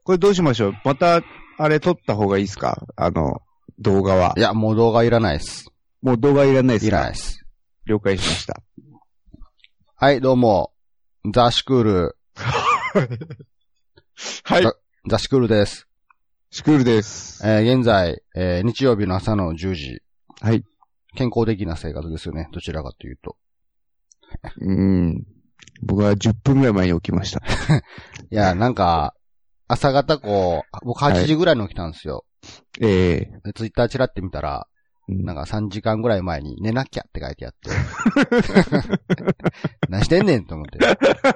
これどうしましょう？また、あれ撮った方がいいですか？動画は。 いや、もう動画いらないです。 もう動画いらないですか？ いらないです。 了解しました。 はい、どうも。ザ・シクール。 はい。 ザ・シクールです。 シクールです。 現在、日曜日の朝の10時。 はい。 健康的な生活ですよね。どちらかというと。 僕は10分ぐらい前に起きました。 いや、なんか、朝方僕8時ぐらいに起きたんですよ。 でツイッターチラって見たら、なんか3時間ぐらい前に寝なきゃって書いてあって。何してんねんと思って。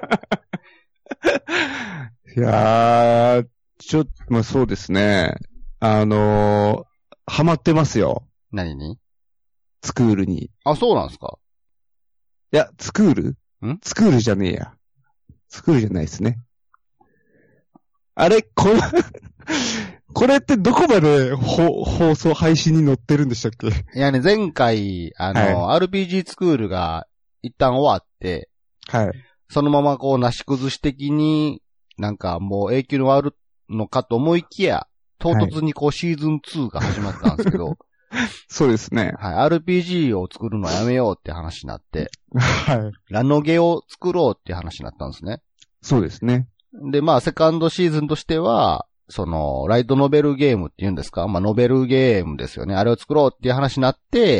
いやー、まあ、そうですね。ハマってますよ。 何に？ スクールに。 あ、そうなんですか？ いや、スクールスクールじゃねえや。スクールじゃないですね。あれ、これってどこまで放送配信に載ってるんでしたっけ？ いやね、前回、RPG スクールが一旦終わって、 はい。 そのままなし崩し的になんかもう永久に終わるのかと思いきや、唐突にシーズン2が始まったんですけど、 そうですね。 はい。RPG を作るのやめようって話になって、 はい。 ラノゲを作ろうって話になったんですね。 そうですね。 で、まあ、セカンドシーズンとしては、ライトノベルゲームっていうんですか？まあ、ノベルゲームですよね。あれを作ろうっていう話になって、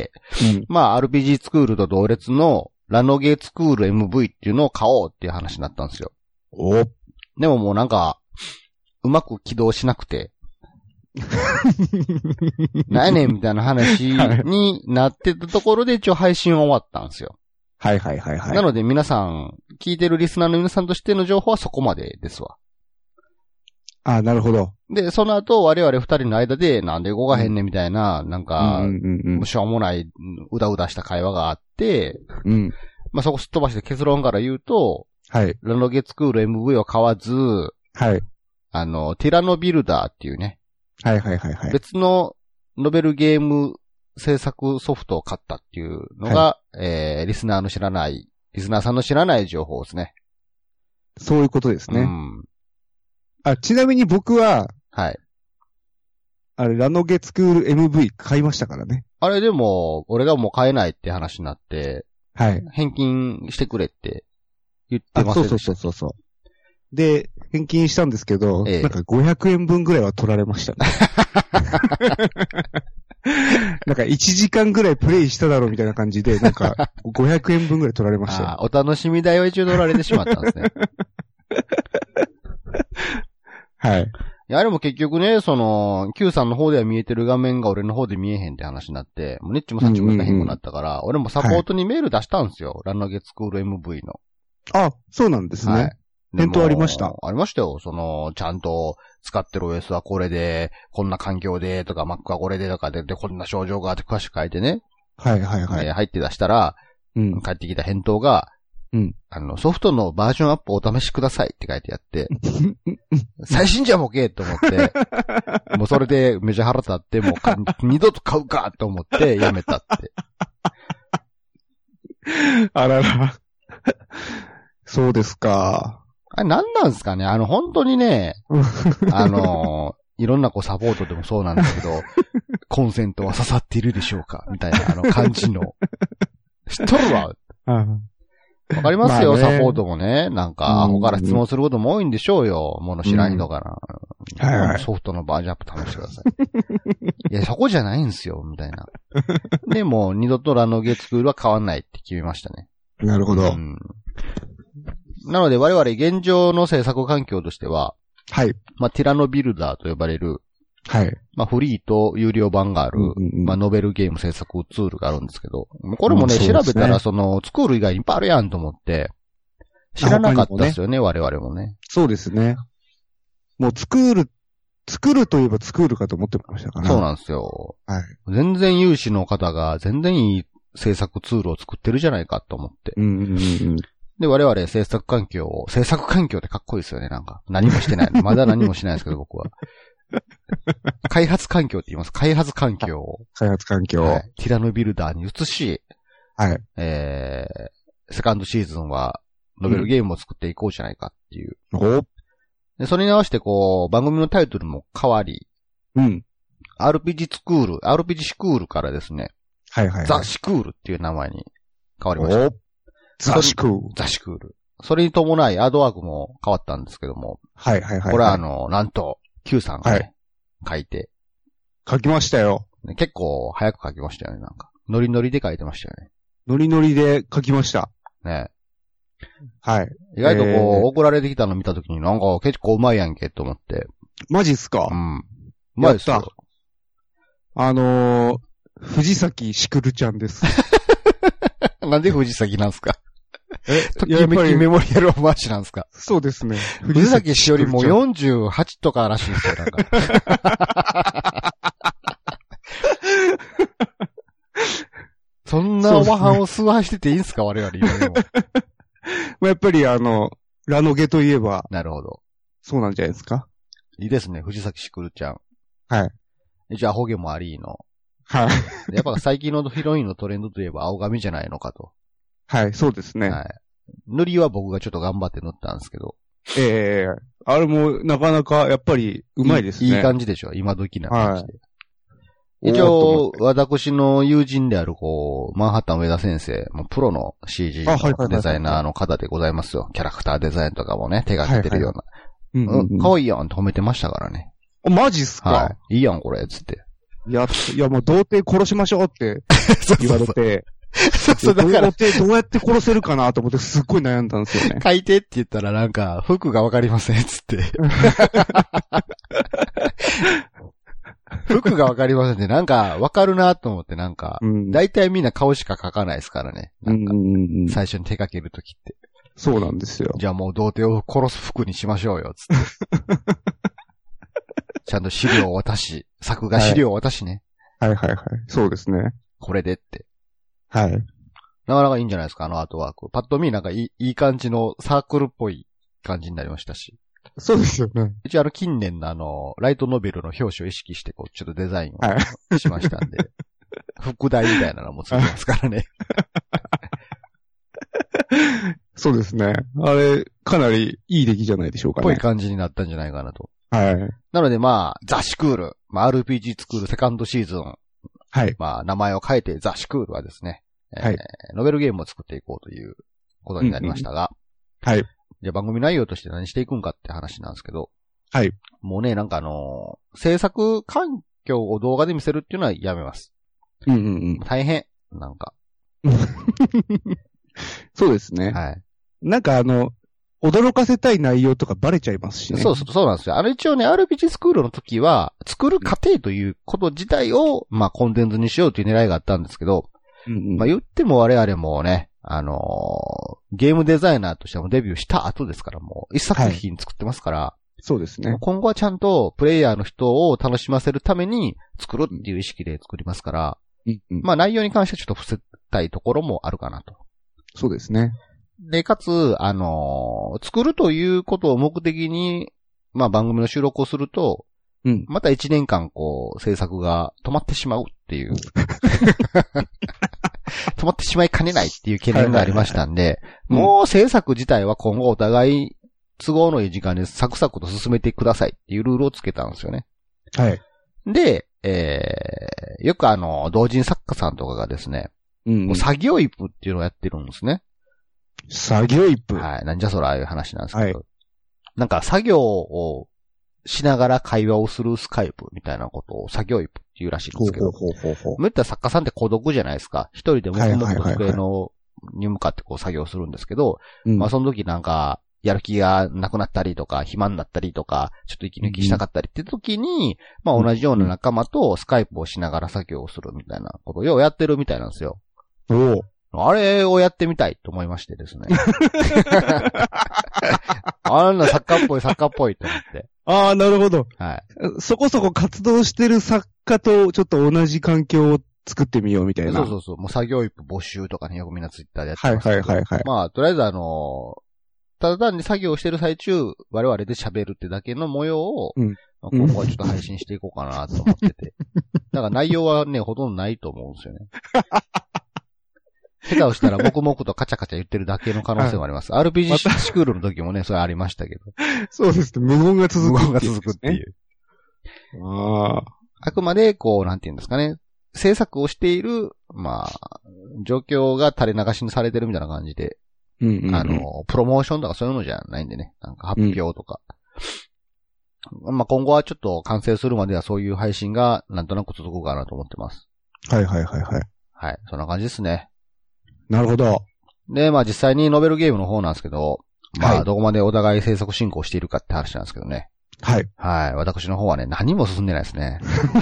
まあ、RPG スクールと同列のラノゲスクール MV っていうのを買おうっていう話になったんですよ。でももうなんか、うまく起動しなくて、なんやねんみたいな話になってたところで一応配信は終わったんですよ。 はいはいはいはい。 なので皆さん、聞いてるリスナーの皆さんとしての情報はそこまでですわ。 あ、なるほど。 で、その後我々二人の間でなんで動かへんねんみたいな、なんか、しょうもない、うだうだした会話があって、まあ、そこすっ飛ばして結論から言うと、 はい。 ラノゲスクール MV を買わず、 はい。 ティラノビルダーっていうね。 はいはいはいはい。 別のノベルゲーム制作ソフトを買ったっていうのが、リスナーさんの知らない情報ですね。 そういうことですね。ちなみに僕は、 はい。 ラノゲスクール MV 買いましたからね。 あれでも、俺がもう買えないって話になって、 はい。 返金してくれって言ってますね。 そう。で、返金したんですけど、なんか500円分ぐらいは取られましたね。なんか1時間ぐらいプレイしただろうみたいな感じで、なんか500円分ぐらい取られましたよ。 お楽しみ代は一応取られてしまったんですね。 はい。 いや、でも結局ね、Q さんの方では見えてる画面が俺の方で見えへんって話になって、もうネッチもサッチも大変くなったから、俺もサポートにメール出したんですよ。ラノゲスクール MV の。 あ、そうなんですね。はい。返答ありました？ ありましたよ。ちゃんと使ってる OS はこれで、こんな環境でとか、Mac はこれでとかで、こんな症状があって詳しく書いてね。 はいはいはい。 入って出したら、返ってきた返答が、ソフトのバージョンアップをお試しくださいって書いてあって、最新じゃボケと思って、もうそれでめちゃ腹立って、もう二度と買うかと思ってやめたって。 あらら。そうですか。 あれ何なんですかね？本当にね、いろんなサポートでもそうなんですけど、コンセントは刺さっているでしょうかみたいな感じの。知っとるわ。わかりますよ、サポートもね。なんか、アホから質問することも多いんでしょうよ。もの知らん人から。ソフトのバージョンアップ試してください。いや、そこじゃないんですよ、みたいな。で、もう二度とラノゲスクールは変わんないって決めましたね。 なるほど。 なので我々現状の制作環境としては、 はい。 まあ、ティラノビルダーと呼ばれる、 はい。 まあ、フリーと有料版がある、まあ、ノベルゲーム制作ツールがあるんですけど、これもね、調べたら、スクール以外にいっぱいあるやんと思って、知らなかったですよね、我々もね。 そうですね。もう作るといえば作るかと思ってましたから。 そうなんですよ。 はい。 全然有志の方が全然いい制作ツールを作ってるじゃないかと思って。で、我々制作環境ってかっこいいですよね、なんか。何もしてない。まだ何もしないですけど、僕は。開発環境って言います。開発環境を。 開発環境を。 はい、ティラノビルダーに移し、 はい。 セカンドシーズンは、ノベルゲームを作っていこうじゃないかっていう。 で、それに合わせてこう、番組のタイトルも変わり、 うん。 RPG スクール、RPG シクールからですね、 はいはい、はい。 ザ・シクールっていう名前に変わりました。 ザ・シクール。 ザ・シクール。それに伴いアートワークも変わったんですけども。 はいはいはい。 これはなんと、Q さんがね、書いて。 書きましたよ。 結構早く書きましたよね、なんか。ノリノリで書いてましたよね。 ノリノリで書きました。 ね。 はい。 意外とこう、送られてきたの見たときになんか結構うまいやんけと思って。 マジっすか？ うん。うまいっすよ。 藤崎しくるちゃんです。 なんで藤崎なんすか？ときめきメモリアルオマージュなんすか？ そうですね。 藤崎しおりも48とからしいですよ、なんか。そんなおばはんを崇拝してていいんすか、我々今でも。 やっぱりラノゲといえば。 なるほど。 そうなんじゃないですか？ いいですね、藤崎しくるちゃん。 はい。 じゃあ、ホゲもありの。 はい。 やっぱ最近のヒロインのトレンドといえば青髪じゃないのかと。 はい、そうですね。 はい。塗りは僕がちょっと頑張って塗ったんですけど。 あれもなかなかやっぱりうまいですね。 いい感じでしょ、今時な感じで。はい、一応、私の友人である、マンハッタン上田先生、もうプロの CG のデザイナーの方でございますよ。キャラクターデザインとかもね、手がけてるような。可愛いやんって褒めてましたからね。 マジっすか？ はい。いいやん、これ、つって。 いや、もう童貞殺しましょうって言われて。 そう、だから。 どうやって殺せるかなと思ってすっごい悩んだんですよね。 書いてって言ったらなんか、服がわかりません、つって。服がわかりませんって、なんか、わかるなと思ってなんか、だいたいみんな顔しか描かないですからね。なんか、最初に手掛けるときって。 そうなんですよ。 じゃあもう童貞を殺す服にしましょうよ、つって。ちゃんと資料を渡し、作画資料を渡しね。 はいはいはい。そうですね。 これでって。 はい。 なかなかいいんじゃないですか、アートワーク。パッと見なんかいい感じのサークルっぽい感じになりましたし。 そうですよね。 一応近年のライトノベルの表紙を意識してちょっとデザインをしましたんで。副題みたいなのもついてますからね。 そうですね。あれ、かなりいい出来じゃないでしょうかね。 ぽい感じになったんじゃないかなと。 はい。 なのでザ・シクール、RPG スクールセカンドシーズン。 はい。 名前を変えてザ・シクールはですね、 はい。 ノベルゲームを作っていこうということになりましたが。 はい。 じゃあ番組内容として何していくんかって話なんですけど。 はい。 もうね、なんか制作環境を動画で見せるっていうのはやめます。大変。なんか。 そうですね。 はい。 なんか驚かせたい内容とかバレちゃいますしね。 そうなんですよ。一応ね、RPG スクールの時は、作る過程ということ自体を、コンテンツにしようという狙いがあったんですけど、言っても我々もね、ゲームデザイナーとしてもデビューした後ですから、もう一作品作ってますから、 そうですね。 今後はちゃんとプレイヤーの人を楽しませるために作るっていう意識で作りますから、内容に関してはちょっと伏せたいところもあるかなと。 そうですね。 で、かつ、作るということを目的に、番組の収録をすると、また1年間制作が止まってしまうっていう。止まってしまいかねないっていう懸念がありましたんで、もう制作自体は今後お互い都合のいい時間でサクサクと進めてくださいっていうルールをつけたんですよね。 はい。 で、よく同人作家さんとかがですね、作業イプっていうのをやってるんですね。 作業イプ？ はい。なんじゃそらいう話なんですけど。なんか作業をしながら会話をするスカイプみたいなことを作業イプっていうらしいんですけど。めったら作家さんって孤独じゃないですか。一人で黙々と机に向かって作業するんですけど、その時なんか、やる気がなくなったりとか、暇になったりとか、ちょっと息抜きしたかったりって時に、同じような仲間とスカイプをしながら作業をするみたいなことをようやってるみたいなんですよ。あれをやってみたいと思いましてですね。あんな作家っぽいと思って。 ああ、なるほど。 はい。 そこそこ活動してる作家とちょっと同じ環境を作ってみようみたいな。 そう。もう作業一歩募集とかね、よくみんなツイッターでやってますけど。 はい。 とりあえずただ単に作業してる最中、我々で喋るってだけの模様を、今後はちょっと配信していこうかなと思ってて。だから内容はね、ほとんどないと思うんですよね。 下手をしたら黙々とカチャカチャ言ってるだけの可能性もあります。RPG シクールの時もね、それありましたけど。 そうですね。無言が続く。 無言が続くっていう。 ああ。 あくまで、こう、なんていうんですかね。制作をしている、まあ、状況が垂れ流しにされてるみたいな感じで。 うんうんうん、 プロモーションとかそういうのじゃないんでね。なんか発表とか。まあ、今後はちょっと完成するまではそういう配信がなんとなく続くかなと思ってます。 はいはいはいはい。 はい。そんな感じですね。 なるほど。 で、まあ実際にノベルゲームの方なんですけど、まあどこまでお互い制作進行しているかって話なんですけどね。 はい。 はい。私の方はね、何も進んでないですね。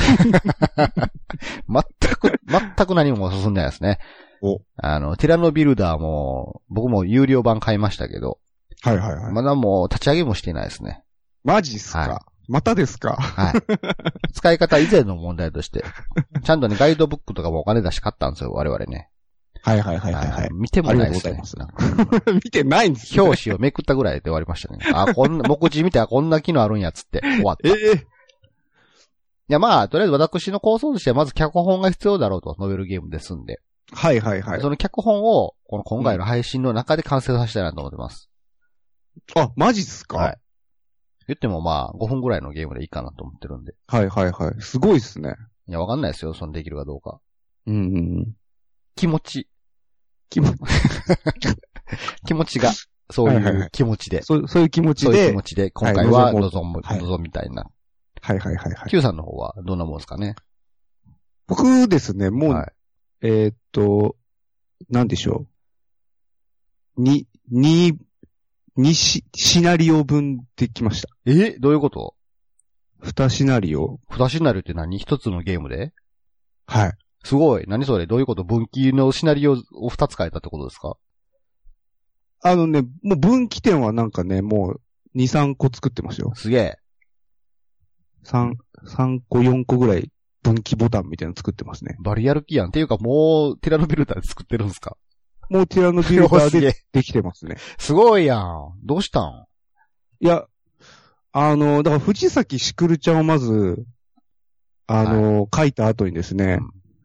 全く何も進んでないですね。 お。 ティラノビルダーも、僕も有料版買いましたけど。 はいはいはい。 まだもう立ち上げもしていないですね。 マジっすか、はい、またですかはい。使い方以前の問題として。ちゃんとね、ガイドブックとかもお金出して買ったんですよ、我々ね。 はいはいはいはい、はい。 見てもないですね。 見てないんですね。表紙をめくったぐらいで終わりましたね。目次見てこんな機能あるんやつって終わった。いやまあ、とりあえず私の構想としてはまず脚本が必要だろうと、ノベルゲームですんで。 はいはいはい。 その脚本を、この今回の配信の中で完成させたいなと思ってます。 あ、マジっすか？ はい。言ってもまあ、5分ぐらいのゲームでいいかなと思ってるんで。 はいはいはい。すごいっすね。 いや、わかんないですよ、そのできるかどうか。 うんうん。 気持ちが、そういう気持ちで。 そういう気持ちで。 そういう気持ちで、今回は望みたいな。 はいはいはいはい。 Q さんの方はどんなもんですかね？ 僕ですね、もう、はい、なんでしょう。シナリオ分できました。 どういうこと？ 2シナリオ。 2シナリオって何？一つのゲームで？ はい。 すごい。何それ？どういうこと？分岐のシナリオを2つ変えたってことですか？ もう分岐点はなんかね、もう2、3個作ってますよ。 すげえ。 3個、4個ぐらい分岐ボタンみたいなの作ってますね。 バリアルキやん。っていうかもうティラノビルダーで作ってるんですか？ もうティラノビルダーでできてますね。 すごいやん。どうしたん？ いや、だから藤崎しくるちゃんをまず、書いた後にですね、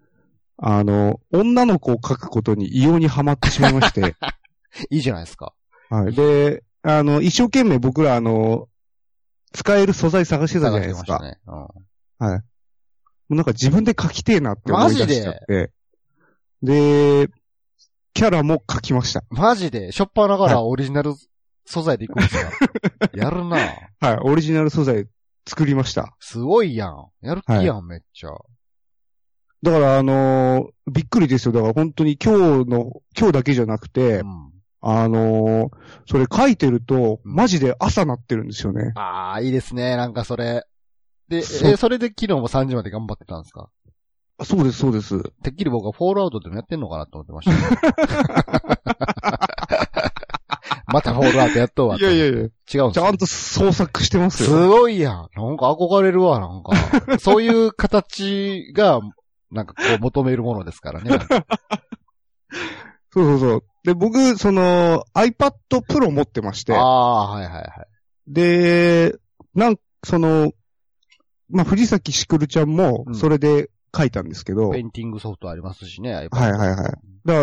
女の子を書くことに異様にハマってしまいまして。 いいじゃないですか。 はい。で、一生懸命僕ら使える素材探してたじゃないですか。 探してましたね。 はい。もうなんか自分で書きてえなって思い出しちゃって。で、キャラも書きました。 マジで？しょっぱながらオリジナル素材でいくんですか？やるな。 はい、オリジナル素材作りました。 すごいやん。やる気やん、はい、めっちゃ。 だからびっくりですよ。だから本当に今日だけじゃなくて、それ書いてると、マジで朝なってるんですよね。 ああ、いいですね。なんかそれ。で、それで昨日も3時まで頑張ってたんですか？ そうです、そうです。 てっきり僕はフォールアウトでもやってんのかなと思ってました、またフォールアウトやっとうわ。 いやいやいや。 違うんですよ。 ちゃんと創作してますよ。 すごいやん。なんか憧れるわ、なんか。そういう形が、なんかこう求めるものですからね。 そう。で、僕、iPad Pro 持ってまして。 ああ、はいはいはい。 で、藤崎しくるちゃんも、それで書いたんですけど。 ペインティングソフトありますしね、 iPad。はいはいはい。だから、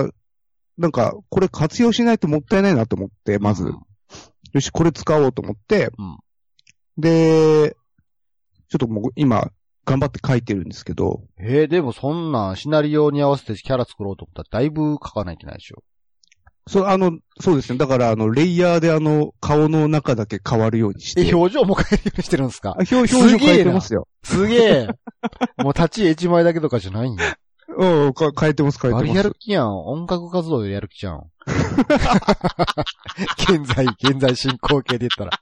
なんか、これ活用しないともったいないなと思って、まず。よし、これ使おうと思って。で、ちょっともう今、頑張って書いてるんですけど。 でもそんなシナリオに合わせてキャラ作ろうと思ったらだいぶ書かないといけないでしょ。 そうですね。だからレイヤーで顔の中だけ変わるようにして。 表情も変えるようにしてるんですか？ 表情変えてますよ。 すげえ。もう立ち絵1枚だけとかじゃないんや。 変えてます。 バリやる気やん。音楽活動でやる気じゃん。現在進行形で言ったら。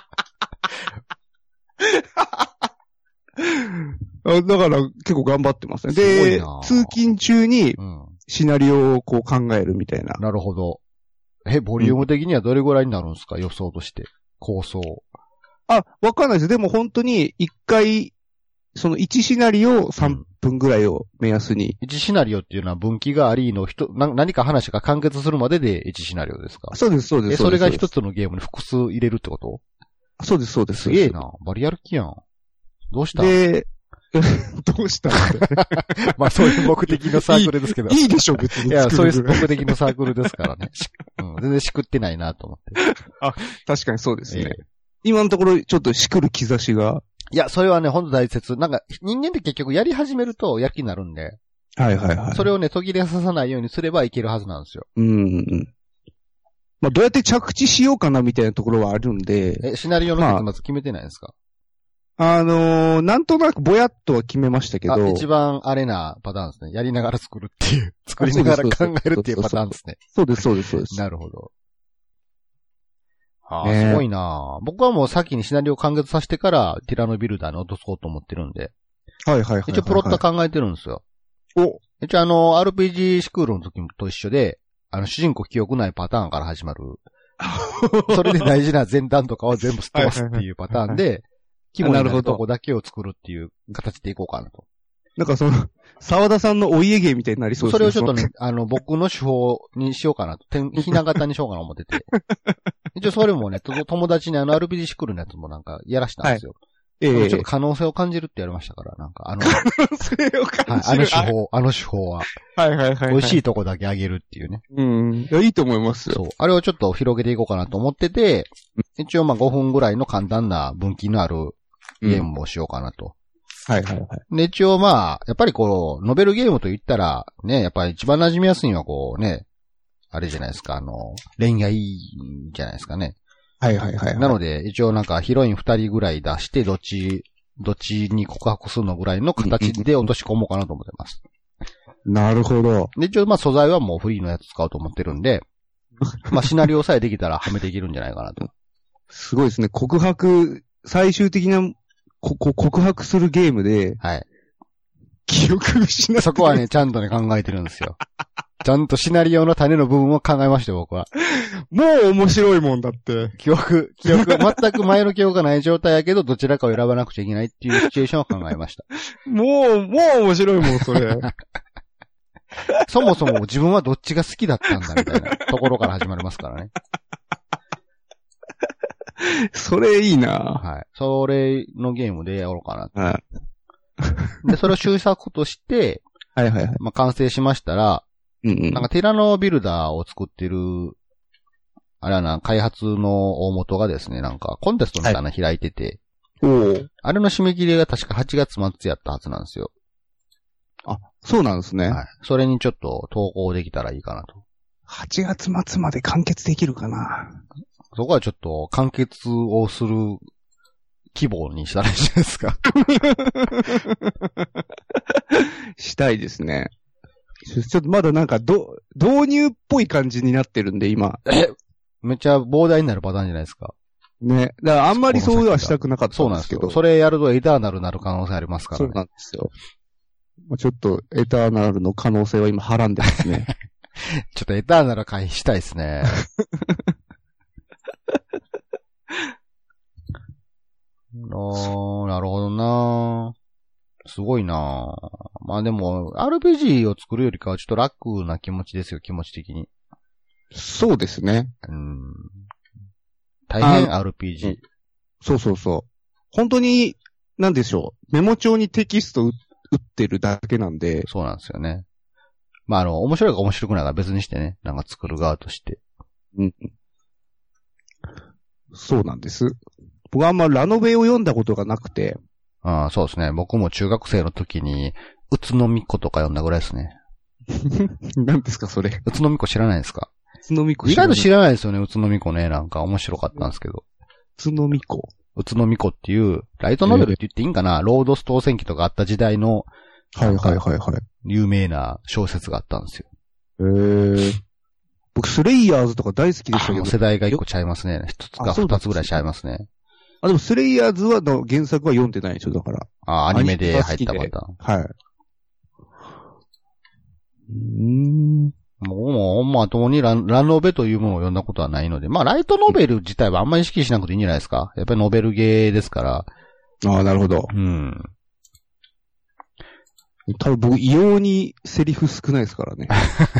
だから結構頑張ってますね。で、通勤中にシナリオをこう考えるみたいな。 なるほど。ボリューム的にはどれぐらいになるんですか？予想として。構想。 わかんないです。でも本当に一回、1シナリオ3分ぐらいを目安に。 1シナリオっていうのは分岐がありの何か話が完結するまでで1シナリオですか？ そうです。それが一つのゲームに複数入れるってこと？ そうです。 すげえな。バリやる気やん。どうした？ で、 どうしたのまあそういう目的のサークルですけど。 いいでしょ、別に。 いや、そういう目的のサークルですからね。全然しくってないなと思って。 確かにそうですね。今のところ、ちょっとしくる兆しが。 いや、それはね、ほんと大切。なんか、人間って結局やり始めるとやる気になるんで。 はいはいはい。 それをね、途切れささないようにすればいけるはずなんですよ。 まあ、どうやって着地しようかなみたいなところはあるんで。 シナリオの結末決めてないんですか？ なんとなくぼやっとは決めましたけど。 一番あれなパターンですね。やりながら作るっていう。作りながら考えるっていうパターンですね。 そうです、そうです、そうです。 なるほど。すごいな僕はもう先にシナリオを完結させてからティラノビルダーに落とそうと思ってるんで。 はいはいはい。 一応プロット考えてるんですよ。一応RPG スクールの時と一緒で、主人公記憶ないパターンから始まる。それで大事な前段とかは全部すっ飛ばすっていうパターンで、肝になるとこだけを作るっていう形でいこうかなと。 なんか沢田さんのお家芸みたいになりそうですね。 それをちょっとね、僕の手法にしようかなと。ひな形にしようかなと思ってて。一応それもね、友達にRPG スクールのやつもなんかやらしたんですよ。ちょっと可能性を感じるって言われましたから、なんか可能性を感じる。あの手法は。はいはいはい。美味しいとこだけあげるっていうね。 いや、いいと思いますよ。 そう。あれをちょっと広げていこうかなと思ってて、一応まあ5分ぐらいの簡単な分岐のあるゲームをしようかなと。 はいはいはい。 で、一応まあ、やっぱりノベルゲームと言ったら、ね、やっぱり一番馴染みやすいのはね、あれじゃないですか、恋愛じゃないですかね。はいはいはい。なので、一応なんかヒロイン2人ぐらい出して、どっちに告白するのぐらいの形で落とし込もうかなと思ってます。 なるほど。 で、一応まあ素材はもうフリーのやつ使おうと思ってるんで、まあシナリオさえできたらはめていけるんじゃないかなと。 すごいですね。最終的な告白するゲームで、はい。記憶失って。 そこはね、ちゃんとね、考えてるんですよ。ちゃんとシナリオの種の部分を考えましたよ、僕は。 もう面白いもんだって。 全く前の記憶がない状態やけど、どちらかを選ばなくちゃいけないっていうシチュエーションを考えました。 もう面白いもん、それ。 そもそも自分はどっちが好きだったんだみたいなところから始まりますからね。 それいいなはい。それのゲームでやろうかなと。はい。で、それを修作として、はいはいはい。まあ、完成しましたら、なんかティラノビルダーを作ってる、あれはな、開発の大元がですね、なんかコンテストみたいなの開いてて、あれの締め切りが確か8月末やったはずなんですよ。 あ、そうなんですね。はい。 それにちょっと投稿できたらいいかなと。 8月末まで完結できるかな。 そこはちょっと完結をする規模にしたらいいじゃないですか。 したいですね。ちょっとまだなんか導入っぽい感じになってるんで、今。 めっちゃ膨大になるパターンじゃないですか。 ね。だからあんまりそうはしたくなかったんですけど。 そうなんですよ。それやるとエターナルになる可能性ありますからね。 そうなんですよ。ちょっとエターナルの可能性は今はらんでますね。 ちょっとエターナル回避したいですね。なるほどなすごいなまあでも、RPG を作るよりかはちょっと楽な気持ちですよ、気持ち的に。 そうですね。 大変 RPG。 そうそうそう。本当に、なんでしょう。メモ帳にテキスト打ってるだけなんで。 そうなんですよね。まあ面白いか面白くないか別にしてね。なんか作る側として。 そうなんです。僕はあんまラノベを読んだことがなくて。 ああ、そうですね。僕も中学生の時に、宇都宮子とか読んだぐらいですね。 何ですか、それ。 宇都宮子知らないですか？ 宇都宮子意外と知らないですよね、宇都宮子ね。なんか面白かったんですけど。 宇都宮子宇都宮子っていう、ライトノベルって言っていいんかな、ロードス当選記とかあった時代の、 はいはいはいはい。 有名な小説があったんですよ。 僕、スレイヤーズとか大好きでしたけど。 世代が一個ちゃいますね。一つか二つぐらいちゃいますね。 でもスレイヤーズはの原作は読んでないでしょ、だから。 アニメで入ったパターン。 はい。 もう、まともにラノベというものを読んだことはないので、まあ、ライトノベル自体はあんまり意識しなくていいんじゃないですか。やっぱりノベルゲーですから。 ああ、なるほど。多分僕、異様にセリフ少ないですからね。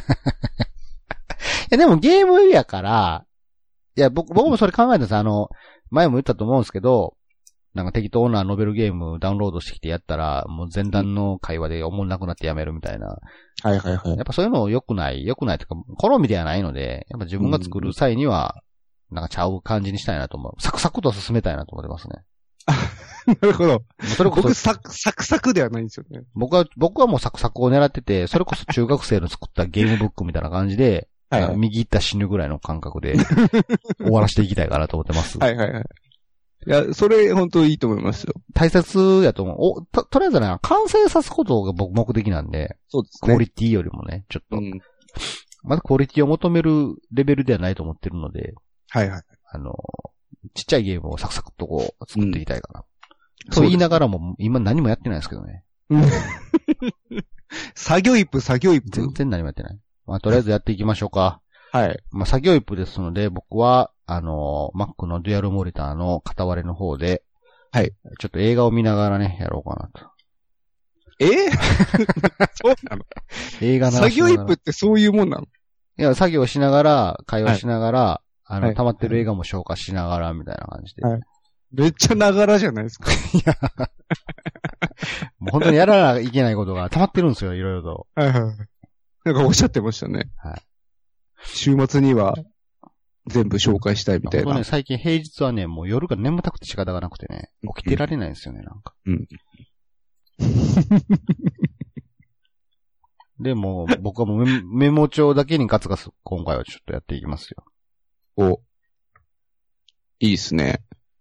いや、でもゲームやから、いや、僕もそれ考えたんです。前も言ったと思うんですけど、 なんか適当なノベルゲームダウンロードしてきてやったら、もう前段の会話で思んなくなってやめるみたいな。 はいはいはい。 やっぱそういうの良くないというか、好みではないので、やっぱ自分が作る際には、なんかちゃう感じにしたいなと思う。サクサクと進めたいなと思ってますね。 なるほど。 それこそ僕サクサクではないんですよね。 僕はもうサクサクを狙ってて、それこそ中学生の作ったゲームブックみたいな感じで、はいはい、右行った死ぬぐらいの感覚で終わらせていきたいかなと思ってます。 はいはいはい。いや、それ本当にいいと思いますよ。 大切やと思う。とりあえずね、完成さすことが僕目的なんで、 そうですね。 クオリティよりもね、ちょっと、まだクオリティを求めるレベルではないと思ってるので、 はいはい。 ちっちゃいゲームをサクサクとこう作っていきたいかな。と言いながらも、今何もやってないですけどね。 作業一歩。 全然何もやってない。まあ、とりあえずやっていきましょうか。 はい。 まあ、作業一歩ですので、僕は、Mac のデュアルモニターの片割れの方で、 はい。 ちょっと映画を見ながらね、やろうかなと。 そうなの？ 映画の作業一歩ってそういうもんなの？ いや、作業しながら、会話しながら、溜まってる映画も消化しながら、みたいな感じで。 はい。めっちゃながらじゃないですか。いや。 もう本当にやらなきゃいけないことが溜まってるんですよ、いろいろと。 はいはい。なんかおっしゃってましたね。 はい。 週末には全部紹介したいみたいな。 本当ね、最近平日はね、もう夜が眠たくて仕方がなくてね、起きてられないんですよね、なんか。 うん。 でも、僕はもうメモ帳だけにガツガツ今回はちょっとやっていきますよ。 お。いいですね。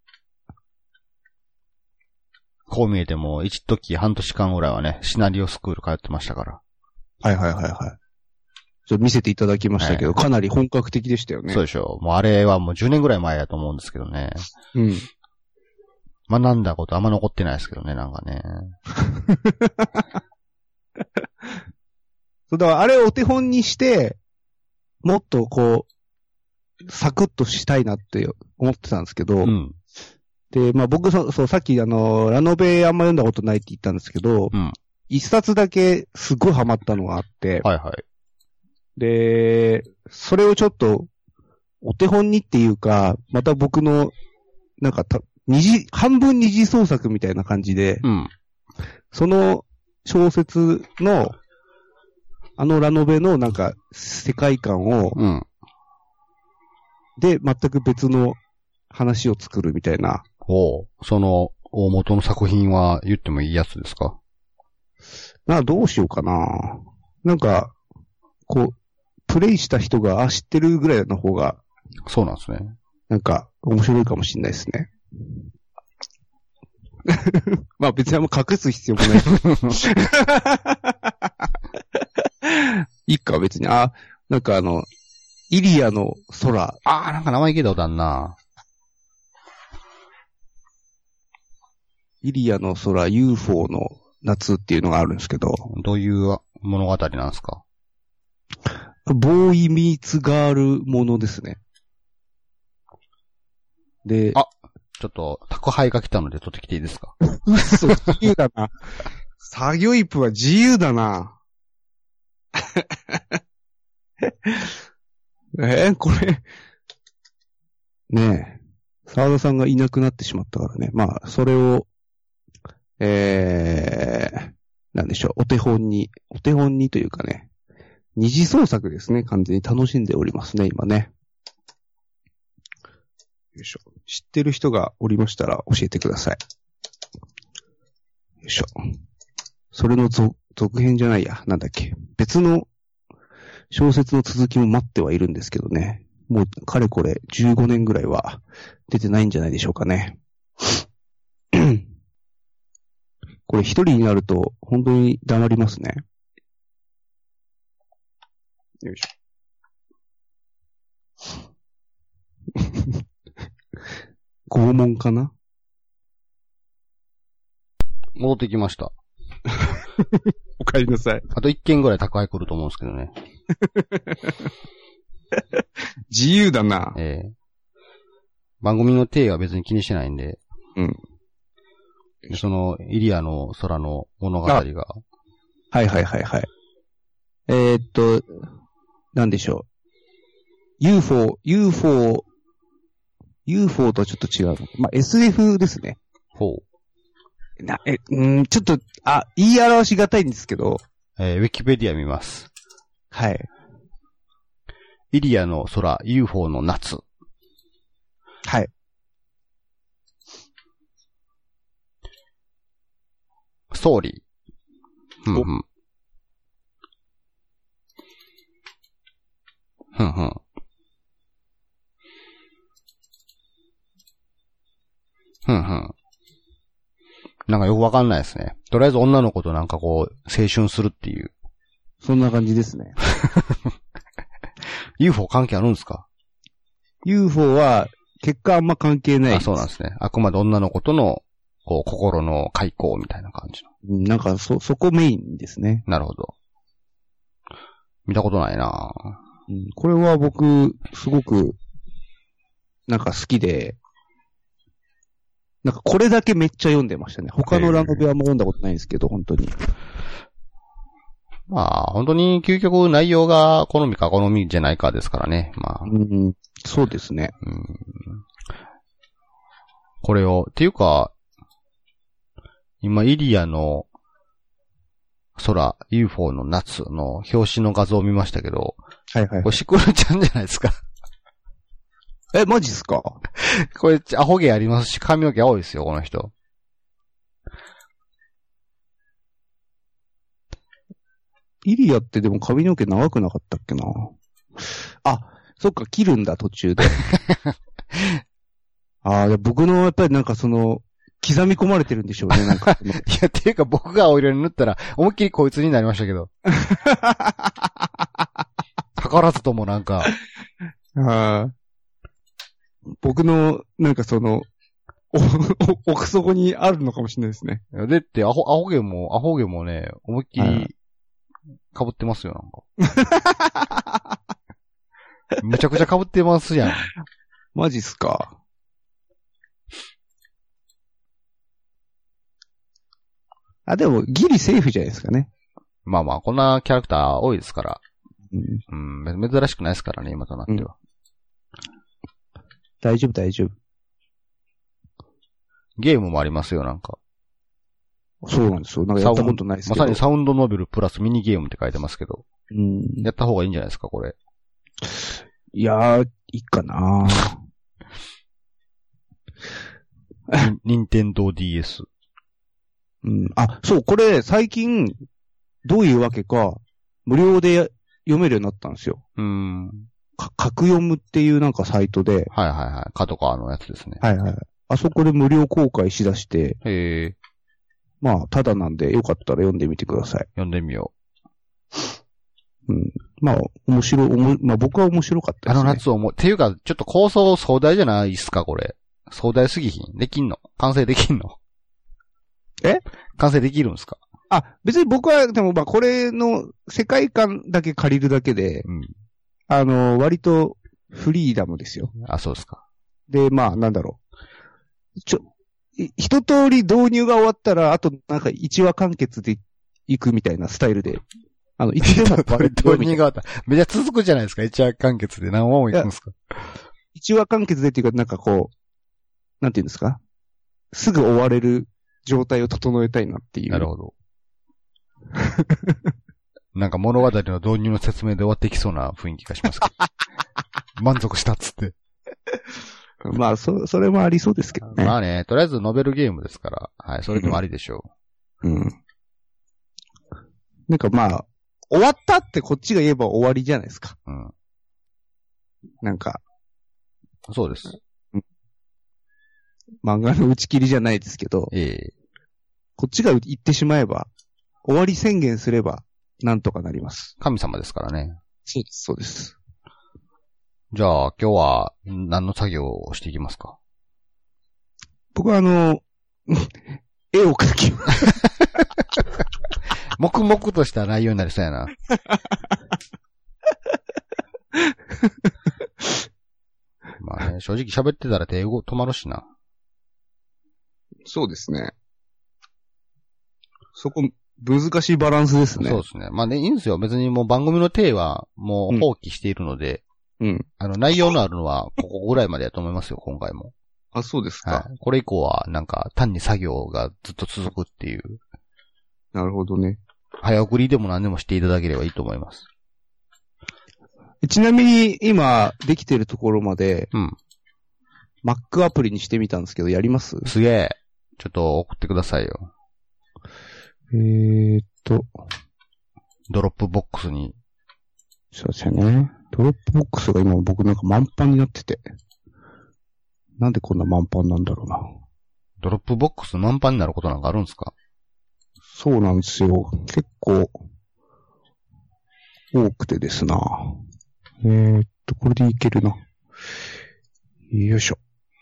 こう見えても、一時半年間ぐらいはね、シナリオスクール通ってましたから。 はいはいはいはい。ちょっと見せていただきましたけど、かなり本格的でしたよね。 そうでしょう。もうあれはもう10年ぐらい前やと思うんですけどね。 うん。 学んだことあんま残ってないですけどね、なんかね。 そうだからあれをお手本にして、もっとこう、サクッとしたいなって思ってたんですけど、うん、で、まあ僕そう、さっきラノベあんま読んだことないって言ったんですけど、うん、一冊だけすごいハマったのがあって、 はいはい。 で、それをちょっと、お手本にっていうか、また僕の、なんか半分二次創作みたいな感じで、うん、その小説の、ラノベのなんか世界観を、うん、で、全く別の話を作るみたいな。 その大元の作品は言ってもいいやつですか？ どうしようかな。なんか、こう、プレイした人が知ってるぐらいの方が。 そうなんですね。なんか、面白いかもしれないですね。まあ別にあんま隠す必要もない。いいか、別に。なんかイリアの空。 なんか名前聞いたことあんな。 イリアの空、UFO の夏っていうのがあるんですけど。 どういう物語なんですか？ ボーイミーツガールものですね。で、 ちょっと宅配が来たので取ってきていいですか？ 嘘、自由だな。作業イプは自由だな。これ。ねえ。沢田さんがいなくなってしまったからね。まあ、それを、なんでしょう。お手本にというかね。二次創作ですね。完全に楽しんでおりますね、今ね。よいしょ。知ってる人がおりましたら教えてください。よいしょ。それの続編じゃないや。なんだっけ。別の小説の続きも待ってはいるんですけどね。もう、かれこれ15年ぐらいは出てないんじゃないでしょうかね。これ一人になると本当に黙りますね。よいしょ。拷問かな？ 戻ってきました。 お帰りなさい。 あと1件ぐらい宅配来ると思うんですけどね。 自由だな。 番組の体は別に気にしてないんで。 うん。 その、イリアの空の物語が。 はいはいはいはい。なんでしょう。UFO とはちょっと違う。まあ、SF ですね。 ほちょっと、言い表しがたいんですけど。 ウィキペディア見ます。 はい。 イリアの空、UFO の夏。 はい。 ストーリー。ふんふん。ふんふん。ふんふん。なんかよくわかんないですね。とりあえず女の子となんかこう、青春するっていう。 そんな感じですね。 UFO 関係あるんですか？ UFO は、結果あんま関係ないです。 そうなんですね。あくまで女の子との、こう、心の開口みたいな感じの。 なんか、そこメインですね。 なるほど。見たことないなぁ。 これは僕、すごく、なんか好きで、なんかこれだけめっちゃ読んでましたね。他のラノベはもう読んだことないんですけど、本当に。 まあ、本当に究極内容が好みか好みじゃないかですからね。まあ。 そうですね。 これを、っていうか、今、イリアの空、UFO の夏の表紙の画像を見ましたけど、 はいはい。 これシクロちゃんじゃないですか。 マジっすか？ これ、アホ毛ありますし、髪の毛青いですよ、この人。 イリアってでも髪の毛長くなかったっけな。そっか、切るんだ、途中で。僕のやっぱりなんかその、刻み込まれてるんでしょうね、なんか。いや、っていうか僕が青色に塗ったら、思いっきりこいつになりましたけど。かからずともなんか。 僕の、なんかその、奥底にあるのかもしれないですね。 でって、アホ毛もね、思いっきり、被ってますよ、なんか。むちゃくちゃ被ってますやん。 マジっすか。でも、ギリセーフじゃないですかね。 まあまあ、こんなキャラクター多いですから。珍しくないですからね、今となっては。 大丈夫、大丈夫。 ゲームもありますよ、なんか。 そうなんですよ。なんかやったことないですけど。 まさにサウンドノベルプラスミニゲームって書いてますけど。やった方がいいんじゃないですか、これ。 いやー、いいかな任天堂 DS。 そう、これ、最近、どういうわけか、無料で読めるようになったんですよ。格読むっていうなんかサイトで。 はいはいはい。カトカーのやつですね。 はいはい。あそこで無料公開しだして。まあ、ただなんで、よかったら読んでみてください。 読んでみよう。まあ、僕は面白かったですね。 夏っていうか、ちょっと構想壮大じゃないっすか、これ。壮大すぎひん。できんの？完成できんの？完成できるんすか？ 別に僕は、でもこれの世界観だけ借りるだけで、割とフリーダムですよ。 そうですか。 で、なんだろう。一通り導入が終わったら、あとなんか1話完結でいくみたいなスタイルで、いつでも導入が終わったら、めちゃ続くじゃないですか、1話完結で何話もいくんですか。 1話完結でっていうか、なんかこう、なんていうんですか？すぐ終われる状態を整えたいなっていう。 なるほど。なんか物語の導入の説明で終わっていきそうな雰囲気がしますけど。満足したっつって。 それもありそうですけどね。 まあね、とりあえずノベルゲームですから、はい、それでもありでしょう。なんか終わったってこっちが言えば終わりじゃないですか。なんか。 そうです。 漫画の打ち切りじゃないですけど。こっちが言ってしまえば、終わり宣言すれば、なんとかなります。 神様ですからね。 そうです、そうです。 じゃあ、今日は何の作業をしていきますか？ 僕は絵を描きます。 黙々とした内容になりそうやな。まあね、正直喋ってたら手止まるしな。 そうですね。そこ、難しいバランスですね。 そうですね。まあね、いいんですよ。別にもう番組の体はもう放棄しているので、内容のあるのはここぐらいまでやと思いますよ、今回も。 あ、そうですか。 はい。これ以降は、なんか、単に作業がずっと続くっていう。 なるほどね。 早送りでも何でもしていただければいいと思います。 ちなみに、今、できてるところまで、 うん。 Mac アプリにしてみたんですけど、やります？ すげえ。ちょっと送ってくださいよ。ドロップボックスに。 そうですよね。ドロップボックスが今僕なんか満帆になってて。なんでこんな満帆なんだろうな。 ドロップボックス満帆になることなんかあるんですか？ そうなんですよ。結構、多くてですな。これでいけるな。よいしょ。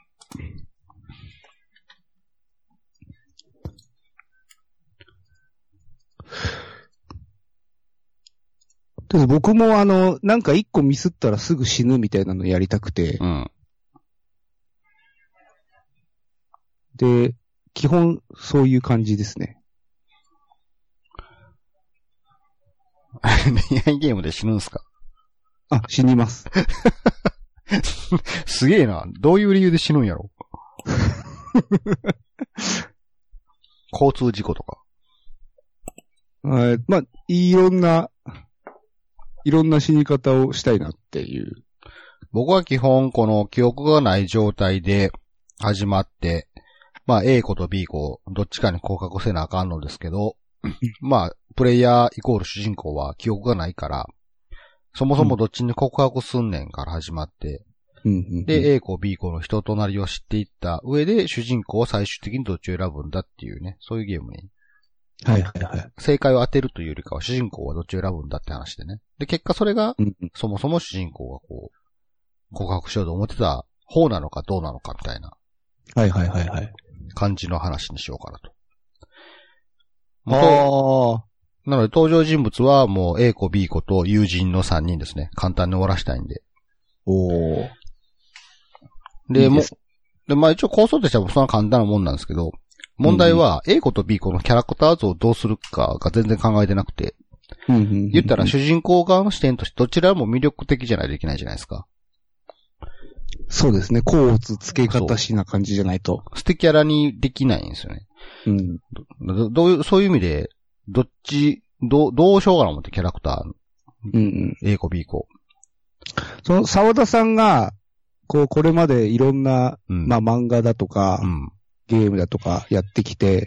で僕もなんか一個ミスったらすぐ死ぬみたいなのやりたくて。 うん。 で、基本そういう感じですね。 恋愛ゲームで死ぬんすか？ あ、死にます。 すげえな。どういう理由で死ぬんやろ？交通事故とか。 まあ、いろんな死に方をしたいなっていう。 僕は基本この記憶がない状態で始まって、まあ A 子と B 子どっちかに降格せなあかんのですけど、まあプレイヤーイコール主人公は記憶がないから、そもそもどっちに告白すんねんから始まって、で A 子 B 子の人となりを知っていった上で主人公を最終的にどっちを選ぶんだっていうね、そういうゲームに。 はいはいはい。 正解を当てるというよりかは主人公はどっちを選ぶんだって話でね。で、結果それが、そもそも主人公がこう、告白しようと思ってた方なのかどうなのかみたいな。 はいはいはいはい。 感じの話にしようかなと。なので登場人物はもう A 子 B 子と友人の3人ですね。簡単に終わらしたいんで。で、まあ一応構想としてはそんな簡単なもんなんですけど、問題は A 子と B 子のキャラクター像をどうするかが全然考えてなくて。言ったら主人公側の視点としてどちらも魅力的じゃないといけないじゃないですか。 そうですね。甲乙付け方しな感じじゃないと。 捨てキャラにできないんですよね。そういう意味で、どうしようかな思ってキャラクター。A 子 B 子。 その沢田さんが、これまでいろんな、まあ漫画だとか、ゲームだとかやってきて、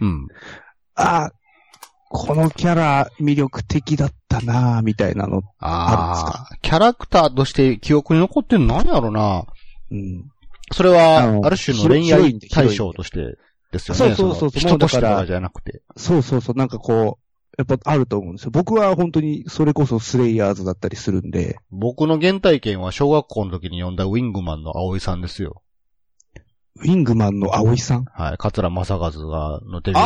このキャラ魅力的だったなぁ、みたいなのあるんですか？ キャラクターとして記憶に残ってるの何やろな。それは、ある種の恋愛対象としてですよね。 そう。 人としてからじゃなくて。 そう。なんかこう、やっぱあると思うんですよ。僕は本当にそれこそスレイヤーズだったりするんで。 僕の原体験は小学校の時に読んだウィングマンの葵さんですよ。 ウィングマンの葵さん？ はい。桂正和がのデビュー作。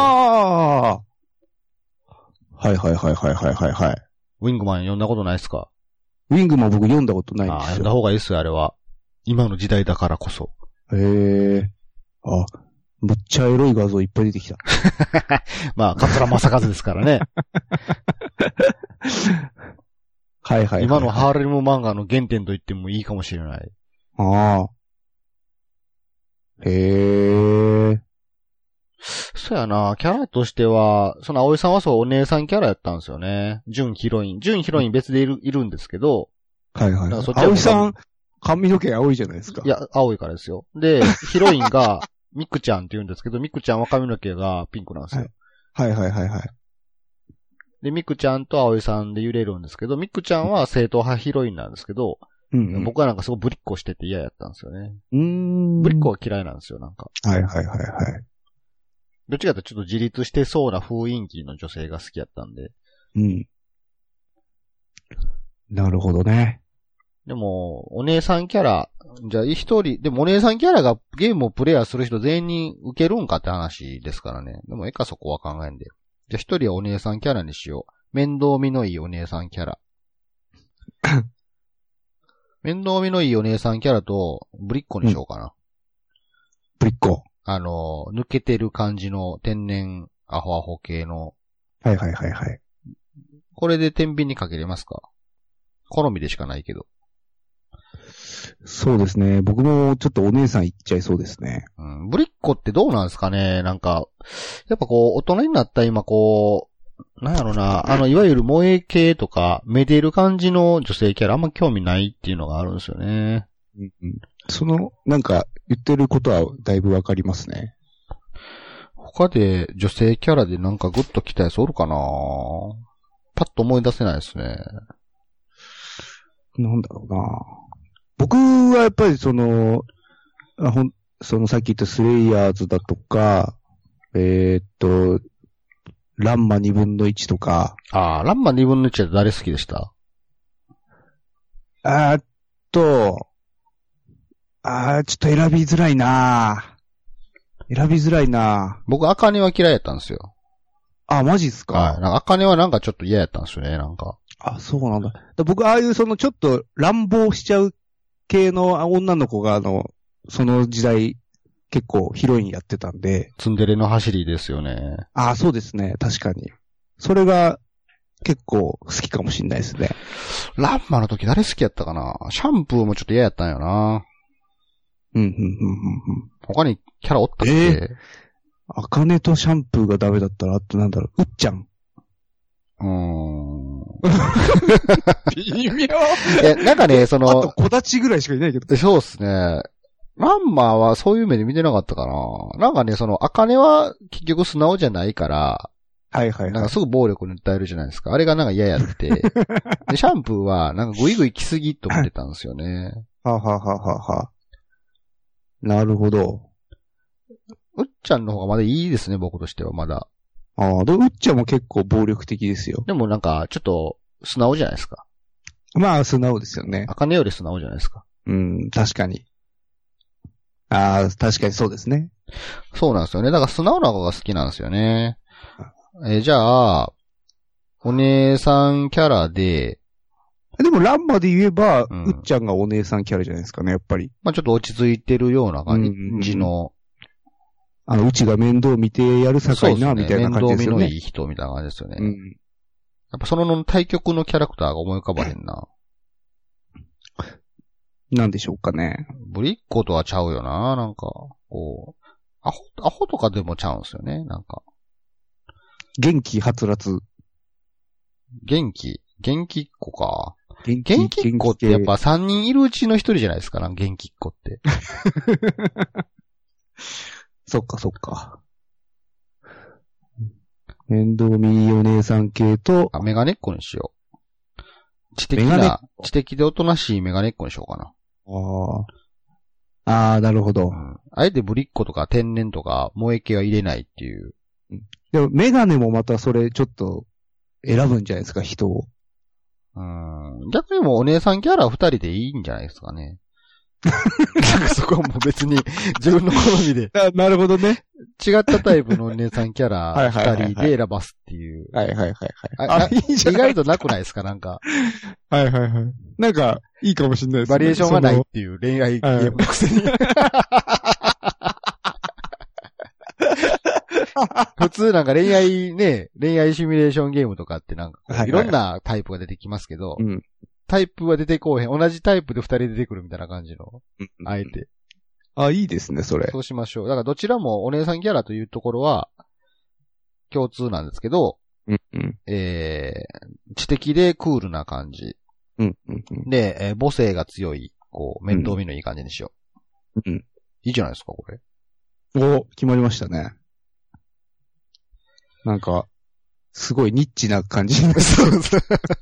はい。 ウィングマン読んだことないですか？ ウィングマン僕読んだことないんですよ。 読んだ方がいいですよ、あれは。今の時代だからこそ。 むっちゃエロい画像いっぱい出てきた。 まあ、桂正和ですからね。 はい。 今のハーレム漫画の原点と言ってもいいかもしれない。そうやな、キャラとしては、その葵さんはそうお姉さんキャラやったんですよね。準ヒロイン別でいるんですけど。 はい。葵さん、髪の毛青いじゃないですか。 いや、青いからですよ。で、ヒロインが、ミクちゃんって言うんですけど、ミクちゃんは髪の毛がピンクなんですよ。 はい。 で、ミクちゃんと葵さんで揺れるんですけど、ミクちゃんは正統派ヒロインなんですけど、僕はなんかすごいブリッコしてて嫌やったんですよね。ブリッコは嫌いなんですよ、なんか。 はい。 どっちかというとちょっと自立してそうな雰囲気の女性が好きやったんで。 なるほどね。 でも、お姉さんキャラ、じゃあ一人、でもお姉さんキャラがゲームをプレイヤーする人全員に受けるんかって話ですからね。でもそこは考えんで。じゃあ一人はお姉さんキャラにしよう。面倒見のいいお姉さんキャラ。面倒見のいいお姉さんキャラと、ブリッコにしようかな。 ブリッコ。 抜けてる感じの天然アホ系の。 はい。 これで天秤にかけれますか？好みでしかないけど。 そうですね。僕もちょっとお姉さん言っちゃいそうですね。 うん。ぶりっ子ってどうなんですかね。なんか、やっぱこう、大人になった今こう、なんやろな、いわゆる萌え系とか、めでる感じの女性キャラあんま興味ないっていうのがあるんですよね。 うんうん、なんか言ってることはだいぶわかりますね。 他で女性キャラでなんかグッと来たやつおるかな？パッと思い出せないですね。 なんだろうな。僕はやっぱりさっき言ったスレイヤーズだとか、ランマ2分の1とか。 ああ、ランマ2分の1は誰好きでした？ ちょっと選びづらいな。 僕、アカネは嫌いやったんですよ。 あ、マジっすか？ はい。なんか、アカネはなんかちょっと嫌やったんですよね、なんか。 あ、そうなんだ。僕、ああいうちょっと乱暴しちゃう系の女の子がその時代結構ヒロインやってたんで。 ツンデレの走りですよね。 あ、そうですね。確かに。それが結構好きかもしんないですね。 ランマの時誰好きやったかな？シャンプーもちょっと嫌やったんよな。他にキャラおったっけ？ アカネとシャンプーがダメだったら、あとなんだろう、うっちゃん。微妙。 なんかね、 あと小立ちぐらいしかいないけど。 そうっすね。ランマはそういう目で見てなかったかな。なんかね、アカネは結局素直じゃないから、 はいはいはい。 なんかすぐ暴力に訴えるじゃないですか。あれがなんか嫌やって。で、シャンプーはなんかグイグイ来すぎと思ってたんですよね。 ははははは。なるほど。 うっちゃんの方がまだいいですね、僕としてはまだ。 ああ、うっちゃんも結構暴力的ですよ。 でもなんか、ちょっと、素直じゃないですか。 まあ、素直ですよね。 あかねより素直じゃないですか。 うん、確かに。ああ、確かにそうですね。 そうなんですよね。だから素直な子が好きなんですよね。じゃあ、お姉さんキャラで、 でもランマで言えば、うっちゃんがお姉さんキャラじゃないですかね、やっぱり。 まあちょっと落ち着いてるような感じの、 うちが面倒見てやるさかいな、みたいな感じですよね。 面倒見のいい人みたいな感じですよね。 うん。 やっぱその対極のキャラクターが思い浮かばへんな。 なんでしょうかね。 ぶりっ子とはちゃうよな、なんか、こう、アホとかでもちゃうんですよね、なんか。 元気はつらつ。 元気っ子か。元気っ子ってやっぱ3人いるうちの1人じゃないですか、元気っ子って。 そっかそっか。面倒見お姉さん系と、 メガネっ子にしよう。知的でおとなしいメガネっ子にしようかな。 ああ、なるほど。 あえてぶりっ子とか天然とか萌え系は入れないっていう。 でもメガネもまたそれちょっと選ぶんじゃないですか、人を。 逆にもお姉さんキャラ2人でいいんじゃないですかね。なんかそこはもう別に自分の好みで。 なるほどね。 違ったタイプのお姉さんキャラ2人で選ばすっていう。 はいはいはいはい。いいじゃん。意外となくないですか、なんか。 はいはいはい。なんか、いいかもしれないですね。 バリエーションがないっていう恋愛ゲームのくせに。普通なんか恋愛シミュレーションゲームとかってなんかいろんなタイプが出てきますけど、タイプは出てこうへん。同じタイプで2人出てくるみたいな感じの。あえて。 あ、いいですね、それ。 そうしましょう。だからどちらもお姉さんキャラというところは共通なんですけど、知的でクールな感じ。で、母性が強い、こう、面倒見のいい感じにしよう。いいじゃないですか、これ。 決まりましたね。なんか、すごいニッチな感じ。そうそう。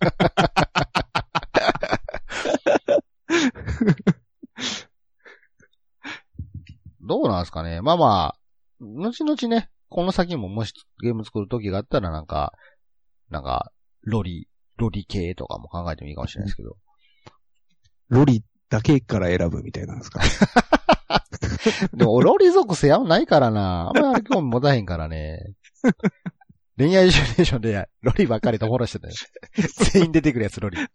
どうなんですかね。まあまあ、後々ね、この先ももしゲーム作る時があったらなんか、ロリ系とかも考えてもいいかもしれないですけど。 ロリだけから選ぶみたいなんですか。 でも、ロリ属性あんまないからな。あんまり興味持たへんからね。恋愛シミュレーションでロリばっかりとフォローしてたよ。全員出てくるやつ、ロリ。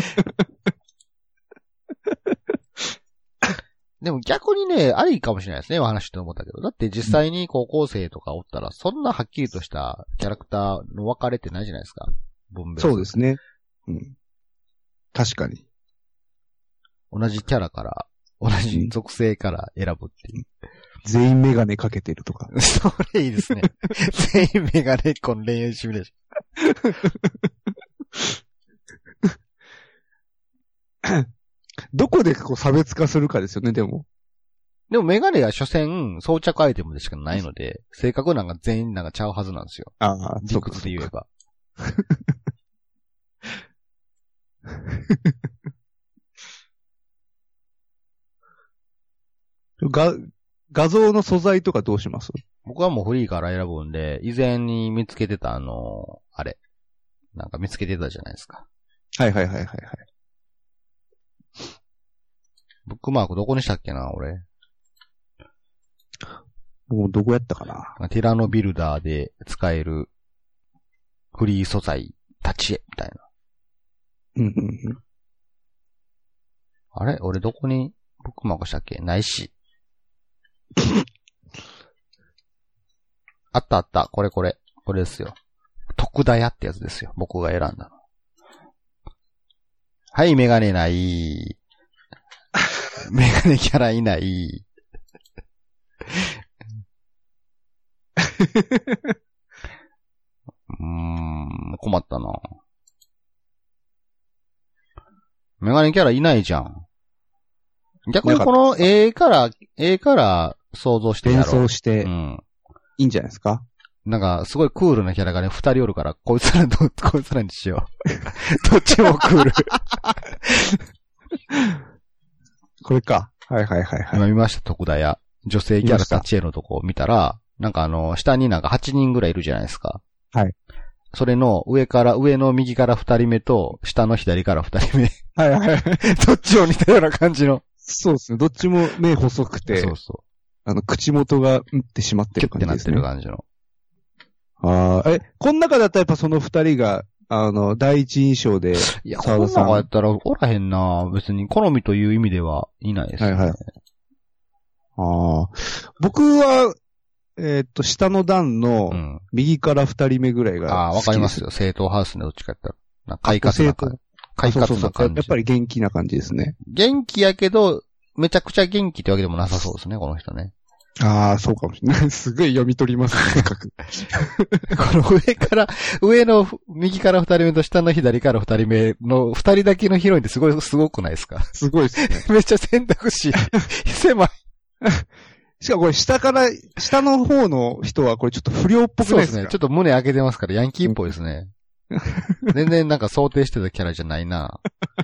でも逆にね、ありかもしれないですね、お話って思ったけど。だって実際に高校生とかおったら、そんなはっきりとしたキャラクターの分かれってないじゃないですか。 そうですね。確かに。 同じキャラから、同じ属性から選ぶっていう。 全員メガネかけてるとか。 それいいですね。全員メガネっ子の恋愛シミュレーション。どこでこう差別化するかですよね、でも。 でもメガネは所詮装着アイテムでしかないので、性格なんか全員なんかちゃうはずなんですよ。 ああ、 理屈で言えば。 画像の素材とかどうします？ 僕はもうフリーから選ぶんで、以前に見つけてたあれ。なんか見つけてたじゃないですか。 はいはいはいはいはい。 ブックマークどこにしたっけな、俺。 もうどこやったかな。 ティラノビルダーで使えるフリー素材、立ち絵みたいな。 うんうんうん。 あれ俺どこにブックマークしたっけないし。あったあった。これ。これですよ。徳田屋ってやつですよ。僕が選んだの。はい、メガネない。メガネキャラいない。困ったな。メガネキャラいないじゃん。逆にこの絵から想像してやろう。 連想して、いいんじゃないですか？ なんか、すごいクールなキャラがね、二人おるから、こいつらにしよう。どっちもクール。 これか。はいはいはいはい。 今見ました、徳田屋。女性キャラ立ち絵のとこを見たら、なんか下になんか8人ぐらいいるじゃないですか。 はい。 それの上の右から2人目と、下の左から2人目。 はいはいはい。 どっちも似たような感じの。 そうですね。どっちも目細くて。 そうそう。 口元がってしまってる感じですね。 キュッてなってる感じの。 この中だったらやっぱその2人が、第一印象で。 いや、この中やったらおらへんな。別に好みという意味ではいないですね。はいはい。 僕は、下の段の右から2人目ぐらいが好きです。 わかりますよ。正統派ですね、どっちかやったら。快活な感じ。快活な感じ。 やっぱり元気な感じですね。 元気やけど、めちゃくちゃ元気ってわけでもなさそうですね、この人ね。 そうかもしれない。すごい読み取りますね、この上の右から2人目と下の左から2人目の2人だけのヒロインってすごくないですか？ すごいですね。 めっちゃ選択肢狭い。 しかもこれ下の方の人はこれちょっと不良っぽくないですか？そうですね。 ちょっと胸開けてますからヤンキーっぽいですね。全然なんか想定してたキャラじゃないな。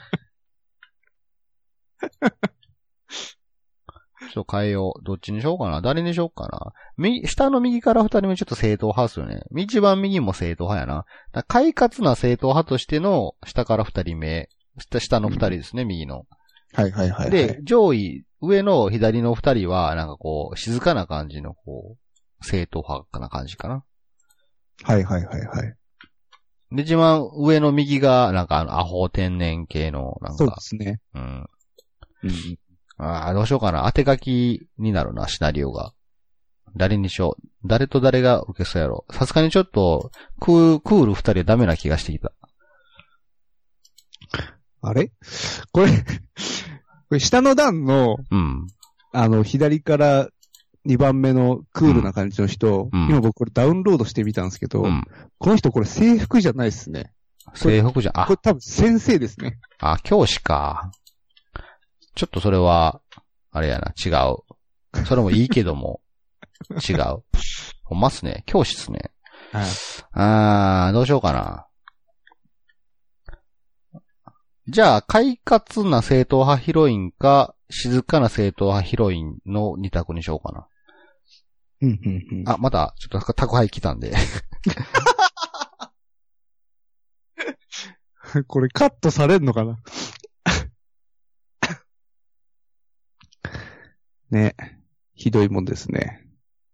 ちょっと変えよう。どっちにしようかな。誰にしようかな。下の右から2人目ちょっと正統派っすよね。一番右も正統派やな。快活な正統派としての下から2人目。下の2人ですね、右の。 はいはいはい。 で、上の左の2人は、なんかこう、静かな感じの、こう、正統派な感じかな。 はいはいはいはい。 で、一番上の右が、なんかアホ天然系の、なんか。 そうですね。 うん。どうしようかな。当て書きになるな、シナリオが。誰にしよう。誰と誰が受けそうやろ。さすがにちょっと、クール2人はダメな気がしてきた。 あれこれ下の段の、左から2番目のクールな感じの人、今僕これダウンロードしてみたんですけど、この人これ制服じゃないですね。 制服じゃ、 これ多分先生ですね。 教師か。ちょっとそれは、あれやな、違う。それもいいけども、違う。ほんまっすね。教師っすね。 はい。 どうしようかな。じゃあ、快活な正統派ヒロインか、静かな正統派ヒロインの2択にしようかな。また、ちょっと宅配来たんで。 これカットされんのかなね。ひどいもんですね。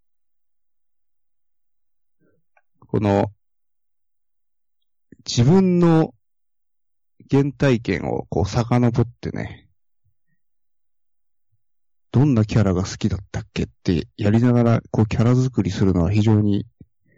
この、自分の原体験をこう遡ってね、どんなキャラが好きだったっけってやりながらこうキャラ作りするのは非常に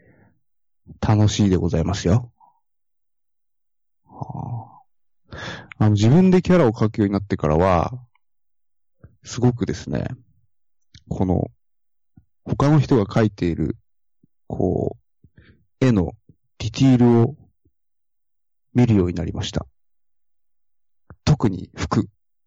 楽しいでございますよ。 自分でキャラを描くようになってからは、すごくですね、この、他の人が描いている、こう、絵のディティールを見るようになりました。特に服。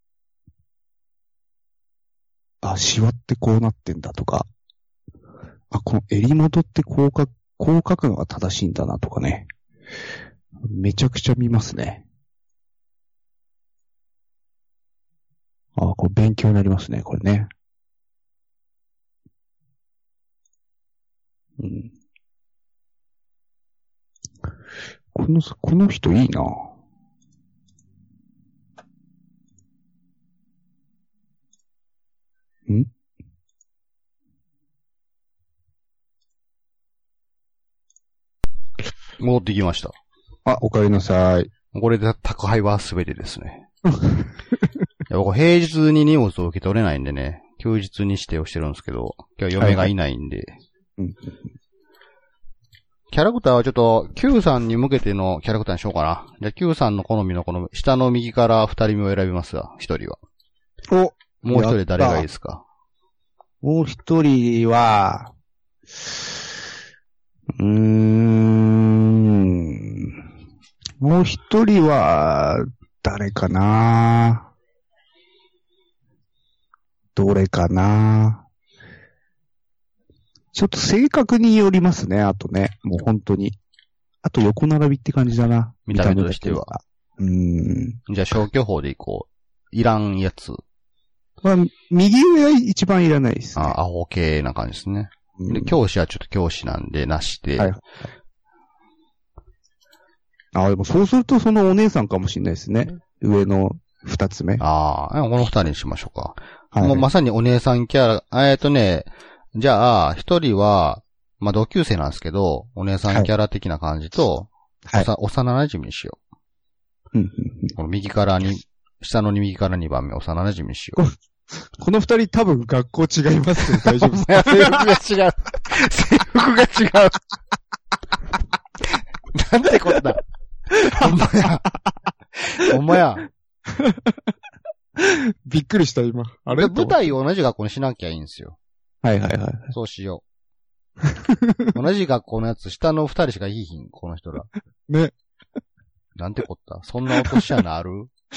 あ、シワってこうなってんだとか、あ、この襟元ってこう描くのが正しいんだなとかね。めちゃくちゃ見ますね。あ、これ勉強になりますね、これね。うん。この人いいな。ん？ 戻ってきました。 あ、お帰りなさい。 これで宅配はすべてですね。いや僕平日に荷物を受け取れないんでね、休日に指定をしてるんですけど、今日嫁がいないんで、 はいはい、 キャラクターはちょっと Q さんに向けてのキャラクターにしようかな。じゃあ Q さんの好みのこの下の右から2人目を選びますわ、1人は。もう1人誰がいいですか？ もう1人は、もう1人は、誰かな？どれかな？ちょっと性格によりますね、あとね。もう本当に。あと横並びって感じだな。 見た目としては。じゃあ消去法でいこう。いらんやつ。 まあ、右上は一番いらないですね。 アホ系な感じですね。で、教師はちょっと教師なんで、なしで。はい。 でもそうするとそのお姉さんかもしれないですね。上の二つ目。 この二人にしましょうか。はい。もうまさにお姉さんキャラ、じゃあ、一人は、まあ、同級生なんですけど、お姉さんキャラ的な感じと、はい。幼馴染にしよう。この右から下の右から2番目、幼馴染にしよう。 この二人多分学校違いますけど大丈夫ですか？ 制服が違う。制服が違う。なんてことだ。ほんまや。 びっくりした今。あれ？ 舞台を同じ学校にしなきゃいいんですよ。 はいはいはい。 そうしよう。同じ学校のやつ、下の2人しかいいひん、この人ら。 ね。 なんてこった。そんな落とし穴ある？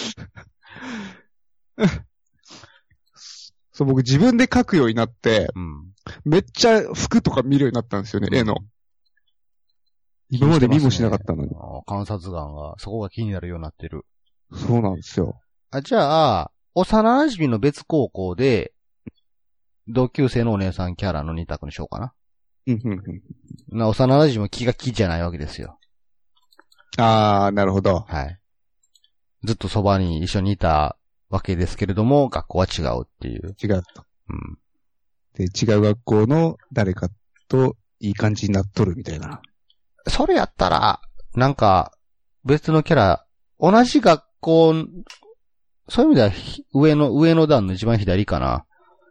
そう、僕自分で描くようになって、めっちゃ服とか見るようになったんですよね、絵の。今まで見もしなかったのに。 観察眼が、そこが気になるようになってる。 そうなんですよ。 じゃあ、幼馴染の別高校で、同級生のお姉さんキャラの2択にしようかな。幼馴染も気が気じゃないわけですよ。 なるほど。 はい。ずっとそばに一緒にいたわけですけれども、学校は違うっていう。 違うと。で、違う学校の誰かといい感じになっとるみたいな。 それやったら、なんか、別のキャラ、同じ学校、そういう意味では上の段の一番左かな。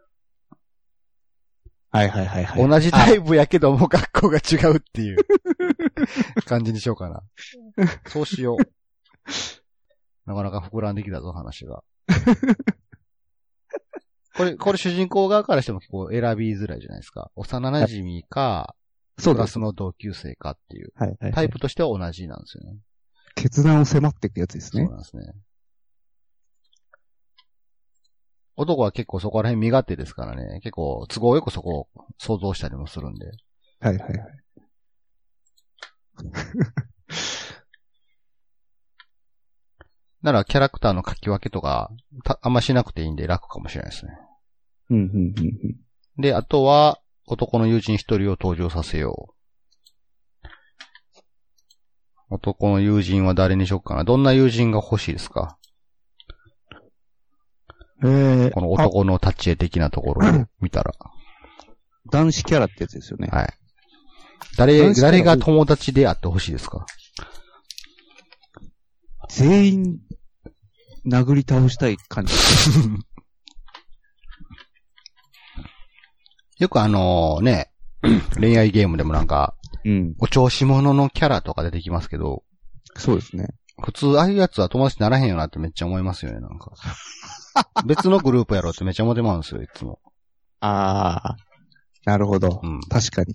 はいはいはいはい。 同じタイプやけども学校が違うっていう感じにしようかな。そうしよう。なかなか膨らんできたぞ、話が。これ主人公側からしても結構選びづらいじゃないですか。幼馴染か、クラスの同級生かっていう。はいはいはい、タイプとしては同じなんですよね。 決断を迫っていくやつですね。 そうなんですね。男は結構そこら辺身勝手ですからね。結構都合よくそこを想像したりもするんで。 はいはいはい。 ならキャラクターの書き分けとかあんましなくていいんで楽かもしれないですね。で、あとは男の友人一人を登場させよう。男の友人は誰にしようかな。どんな友人が欲しいですか？この男の立ち絵的なところを見たら。 男子キャラってやつですよね。 はい。誰が友達であってほしいですか？ 全員、殴り倒したい感じ。 よくね、恋愛ゲームでもなんか、お調子者のキャラとか出てきますけど、 そうですね。 普通、ああいうやつは友達にならへんよなってめっちゃ思いますよね、なんか。別のグループやろうってめっちゃ思ってまうんですよ、いつも。 ああ、なるほど。 うん。 確かに。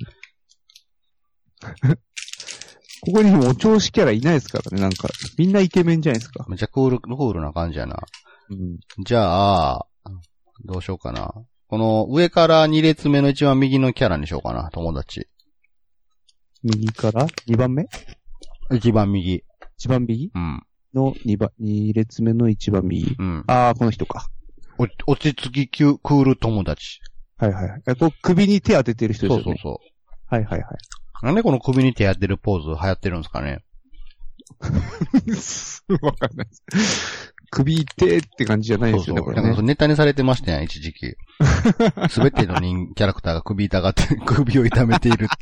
ここにもお調子キャラいないですからね、なんか。みんなイケメンじゃないですか。 めっちゃクールな感じやな。 うん。 じゃあ、どうしようかな。この上から2列目の一番右のキャラにしようかな、友達。 右から ?2 番目一番右。 一番右うん。 の2列目の一番右。 うん。 ああ、この人か。 落ち着きクール友達。 はいはいはい。こう首に手当ててる人ですよね。 そうそうそう。はいはいはい。 なんでこの首に手当てるポーズ流行ってるんですかね。 わかんないです。首痛って感じじゃないですよね、これね。 ネタにされてましたやん、一時期。すべてのキャラクターが首痛がって、首を痛めているって。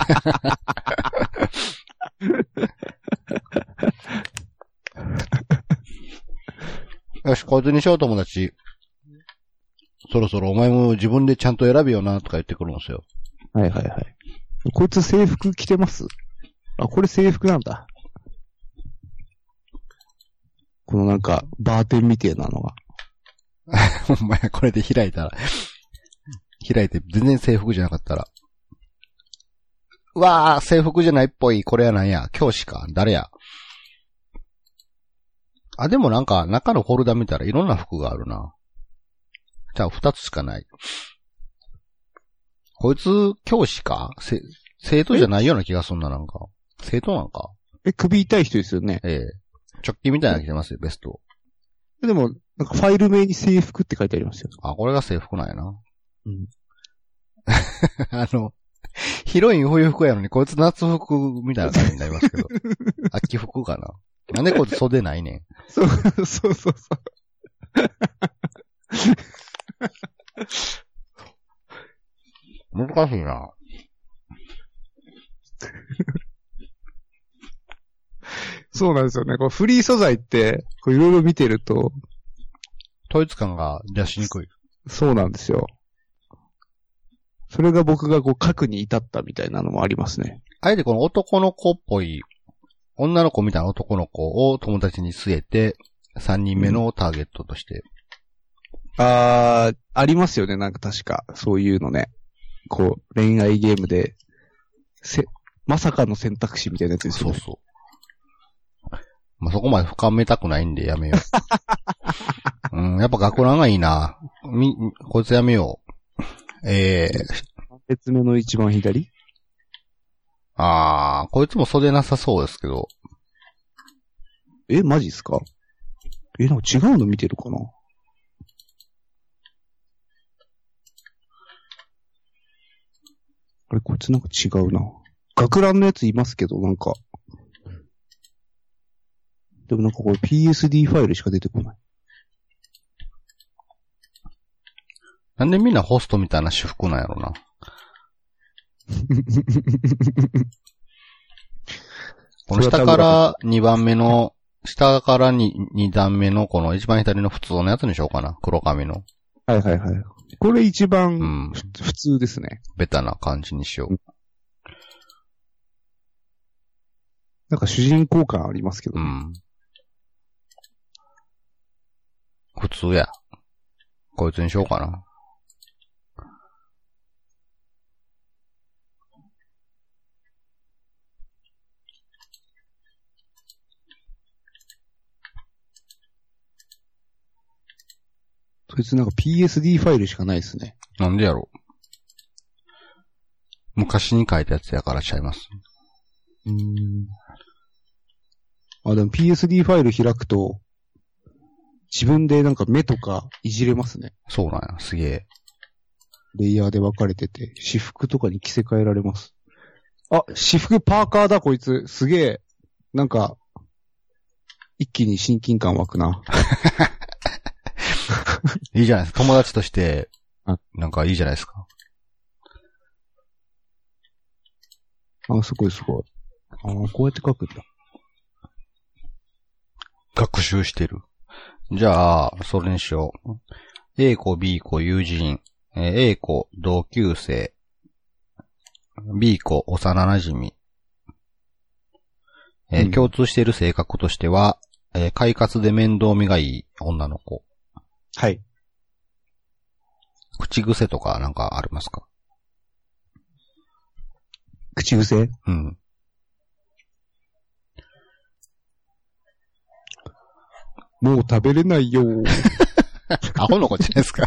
よし、こいつにしよう友達。そろそろお前も自分でちゃんと選べよな、とか言ってくるんですよ。 はいはいはい。こいつ制服着てます？あ、これ制服なんだ。このなんか、バーテンみてえなのが。 お前、これで開いて全然制服じゃなかったら。うわー、制服じゃないっぽい。これは何や？教師か？誰や？あ、でもなんか、中のフォルダ見たらいろんな服があるな。じゃあ、2つしかない。こいつ、教師か？生徒じゃないような気がすんな、なんか。生徒なんか？ 首痛い人ですよね。 ええ。直近みたいなの着てますよ、ベスト。 でも、なんかファイル名に制服って書いてありますよ。 あ、これが制服なんやな。 うん。 ヒロイン冬服やのに、こいつ夏服みたいな感じになりますけど。秋服かな。なんでこいつ袖ないねん。 そうそう。 難しいな。 そうなんですよね。こうフリー素材って、こういろいろ見てると、 統一感が出しにくい。 そうなんですよ。それが僕がこう核に至ったみたいなのもありますね。 あえてこの男の子っぽい、女の子みたいな男の子を友達に据えて、3人目のターゲットとして。 ありますよね。なんか確か、そういうのね。こう、恋愛ゲームで、まさかの選択肢みたいなやつですよね。 そう。まあ、そこまで深めたくないんでやめよう。うん、やっぱ学ランがいいな。こいつやめよう。 別目の一番左？ こいつも袖なさそうですけど。 マジっすか？なんか違うの見てるかな？あれ、こいつなんか違うな。学ランのやついますけど、なんか。でもなんかこれ PSD ファイルしか出てこない。 なんでみんなホストみたいな私服なんやろな。この下から2番目の、下から2段目のこの一番左の普通のやつにしようかな。黒髪の。 はい。これ一番、普通ですね。 ベタな感じにしよう。 なんか主人公感ありますけど、ね。 普通や。こいつにしようかな。 そいつなんか PSD ファイルしかないですね。 なんでやろう。昔に書いたやつやからちゃいます。 でも PSD ファイル開くと、自分でなんか目とかいじれますね。 そうなんや、すげえ。 レイヤーで分かれてて、私服とかに着せ替えられます。私服パーカーだこいつ。すげえ。なんか、一気に親近感湧くな。 いいじゃないですか。友達として、なんかいいじゃないですか。 すごい。こうやって書くんだ。 学習してる。じゃあ、それにしよう。A 子、B 子、友人。A 子、同級生。B 子、幼馴染。 共通している性格としては、快活で面倒見がいい女の子。 はい。 口癖とかなんかありますか？ 口癖？ うん。 もう食べれないよ。 アホの子じゃないですか。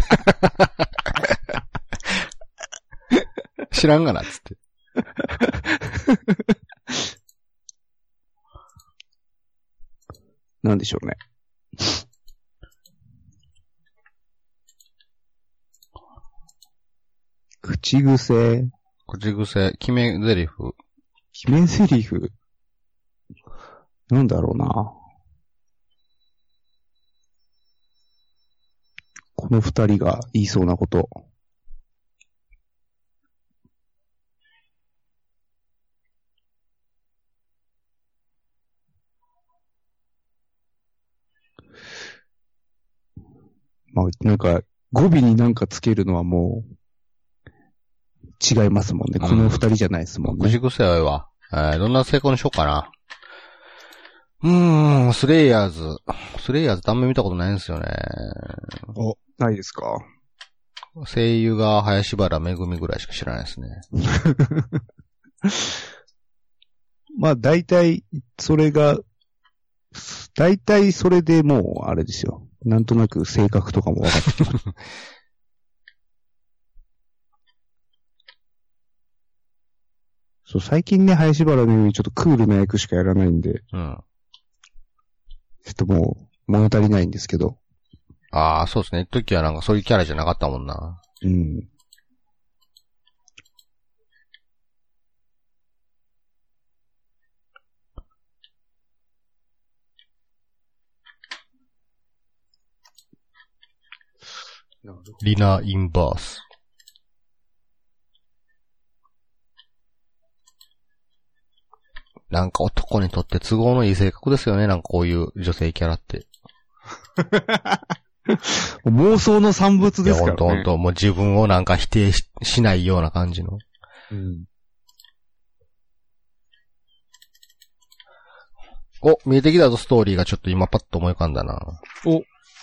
知らんがなっつって。 なんでしょうね。口癖。 口癖、決め台詞。 決め台詞。なんだろうな。この二人が言いそうなこと。まあ、なんか、語尾になんかつけるのはもう、違いますもんね。この二人じゃないですもんね。 口癖はええわ。どんな成功にしようかな。スレイヤーズ。スレイヤーズあんま見たことないんですよね。 お、ないですか？ 声優が林原めぐみぐらいしか知らないですね。 まあ、大体それでもう、あれですよ。なんとなく性格とかも分かってきます。そう、最近ね、林原めぐみちょっとクールな役しかやらないんで。 うん。 ちょっともう、物足りないんですけど。 ああ、そうですね。一時はなんかそういうキャラじゃなかったもんな。 うん。 リナ・インバース。なんか男にとって都合のいい性格ですよね。なんかこういう女性キャラって。 妄想の産物ですからね。 いや、ほんと、もう自分をなんか否定 しないような感じの。 うん。 お、見えてきたぞ、ストーリーがちょっと今パッと思い浮かんだな。 お。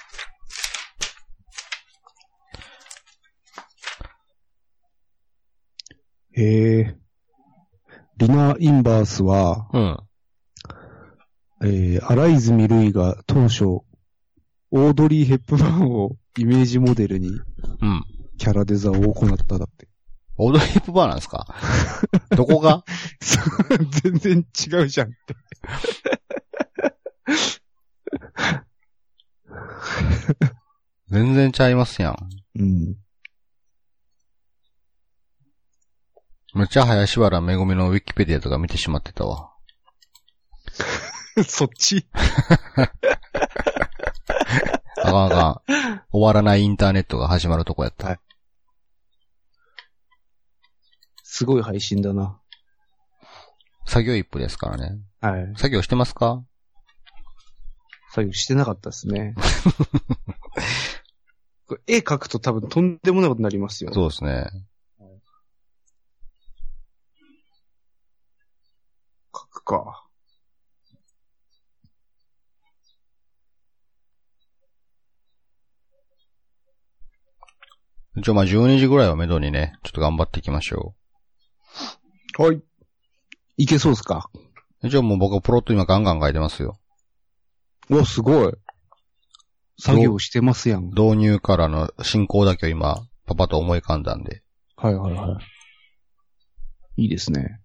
へえ。リナ・インバースは、 うん。 荒泉瑠衣が当初、オードリー・ヘップバーンをイメージモデルに、キャラデザを行っただって。 オードリー・ヘップバーンなんですか？どこが？ 全然違うじゃんって。 全然ちゃいますやん。 うん。 めっちゃ林原めぐみのウィキペディアとか見てしまってたわ。 そっちあかんあかん。終わらないインターネットが始まるとこやった。はい、 すごい配信だな。 作業一歩ですからね。 はい。 作業してますか？ 作業してなかったですね。これ絵描くと多分とんでもないことになりますよ。 そうですね。 描くか。 一応まあ12時ぐらいはめどにね、ちょっと頑張っていきましょう。はい。いけそうですか？ 一応もう僕はプロット今ガンガン書いてますよ。 うわ、すごい。作業してますやん。 導入からの進行だけを今、パパと思い浮かんだんで。 はいはいはい。いいですね。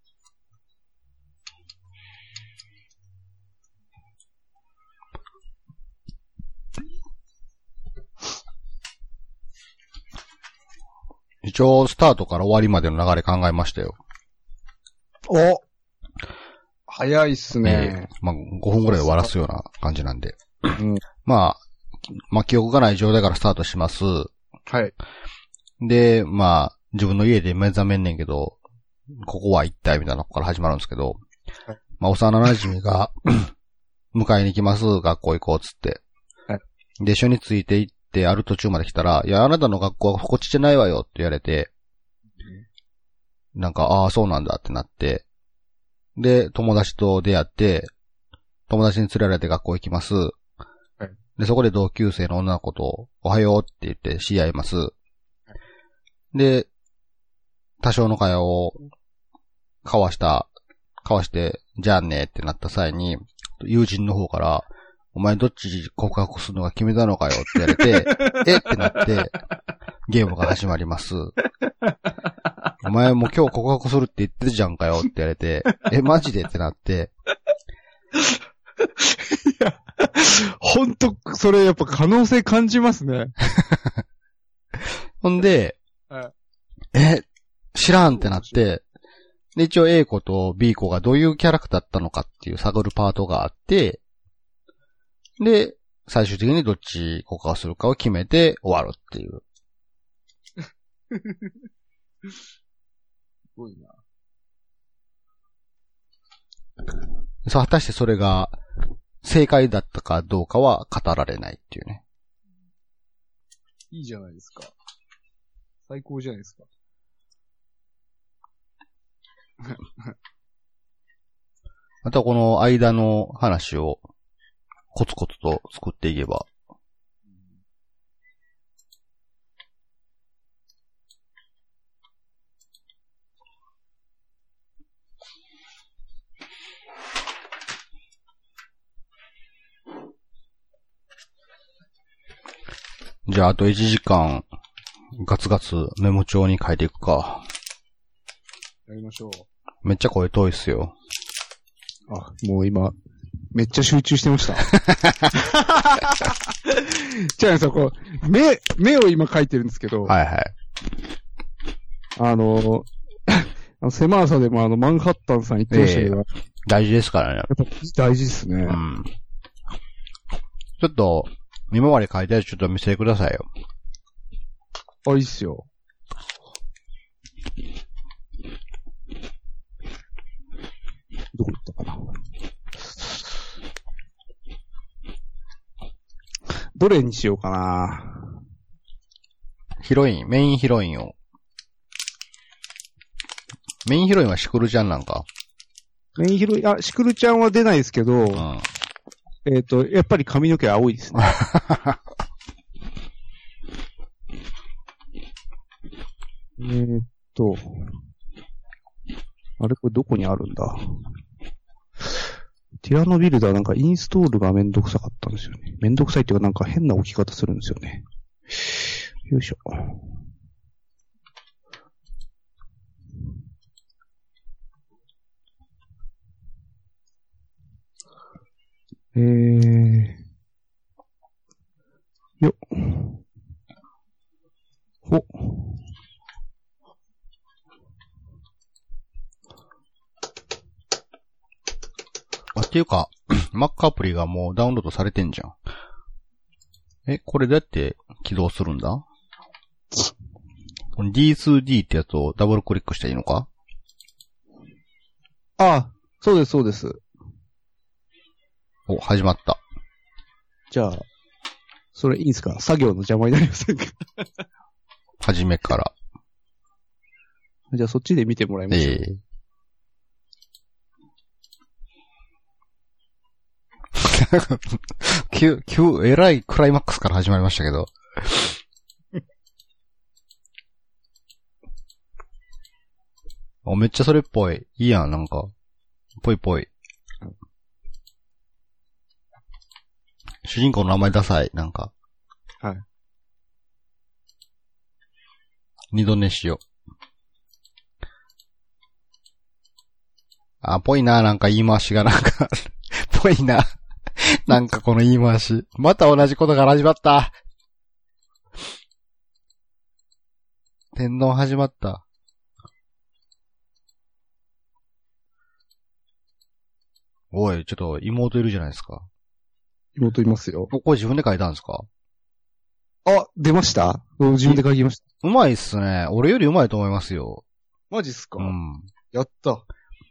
一応、スタートから終わりまでの流れ考えましたよ。 お！早いっすね。 まあ、5分ぐらいで終わらすような感じなんで。 うん、 まあ、記憶がない状態からスタートします。 はい。 で、まあ、自分の家で目覚めんねんけど、ここは一体みたいなとこから始まるんですけど、はい、まあ、幼馴染が、迎えに行きます、学校行こうっつって。はい。で、一緒について行って、ある途中まで来たら、いや、あなたの学校はこっちじゃないわよって言われて、なんか、ああ、そうなんだってなって、 で、友達と出会って、友達に連れられて学校行きます。はい、で、そこで同級生の女の子と、おはようって言って知り合います。はい、で、多少の会話を交わして、じゃあねってなった際に、友人の方から、お前どっち告白するのが決めたのかよって言われて、えってなって、ゲームが始まります。お前も今日告白するって言ってるじゃんかよって言われて、マジでってなって。 いや、ほんと、それやっぱ可能性感じますね。 ほんで、知らんってなって、で、一応 A 子と B 子がどういうキャラクターだったのかっていう探るパートがあって、で、最終的にどっち告白するかを決めて終わるっていう。 すごいな。 果たしてそれが正解だったかどうかは語られないっていうね。 いいじゃないですか。最高じゃないですか。 またこの間の話をコツコツと作っていけば。じゃああと1時間ガツガツメモ帳に書いていくか。 やりましょう。 めっちゃ声遠いっすよ。 あ、もう今、めっちゃ集中してました。じゃあさ、こう、目を今描いてるんですけど。 はいはい。 セマーサでもマンハッタンさん言ってましたけど。 大事ですからね。 やっぱ大事ですね。 うん。ちょっと、今まで書いたやつちょっと見せてくださいよ。 あ、いいっすよ。どこ行ったかな。どれにしようかな。 メインヒロインを。メインヒロインはシクルちゃんなんか。 メインヒロイン、シクルちゃんは出ないですけど、うん、やっぱり髪の毛青いですね。あれこれどこにあるんだ。ティラノビルダーなんかインストールがめんどくさかったんですよね。めんどくさいっていうかなんか変な置き方するんですよね。よいしょ。よっ。ほ。 っていうか、Mac アプリがもうダウンロードされてんじゃん。これどうやって起動するんだ？この D2D ってやつをダブルクリックしていいのか？ あ、そうです、そうです。 お、始まった。 じゃあ、それいいんすか？作業の邪魔になりませんか？ 初めから。 じゃあそっちで見てもらいましょう。 えらいクライマックスから始まりましたけど。めっちゃそれっぽい。いいやん、なんか。ぽいぽい。主人公の名前ダサい、なんか。 はい。 二度寝しよう。ぽいな、なんか言い回しがなんか、ぽいな。なんかこの言い回し。また同じことが始まった。天皇始まった。おい、ちょっと妹いるじゃないですか。 妹いますよ。 これ自分で書いたんですか？ あ、出ました？自分で書きました。 うまいっすね。俺よりうまいと思いますよ。 マジっすか？ うん。 やった。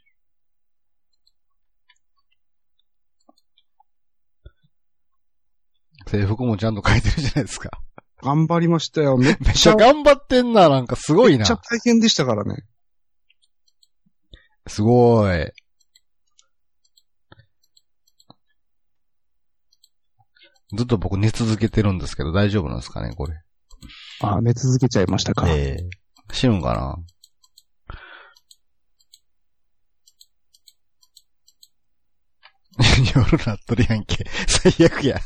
制服もちゃんと書いてるじゃないですか。 頑張りましたよ。 めっちゃ頑張ってんな、なんかすごいな。 めっちゃ大変でしたからね。 すごい。 ずっと僕寝続けてるんですけど大丈夫なんですかね、これ。 あ、寝続けちゃいましたか。 死ぬんかな。夜なっとるやんけ。最悪や。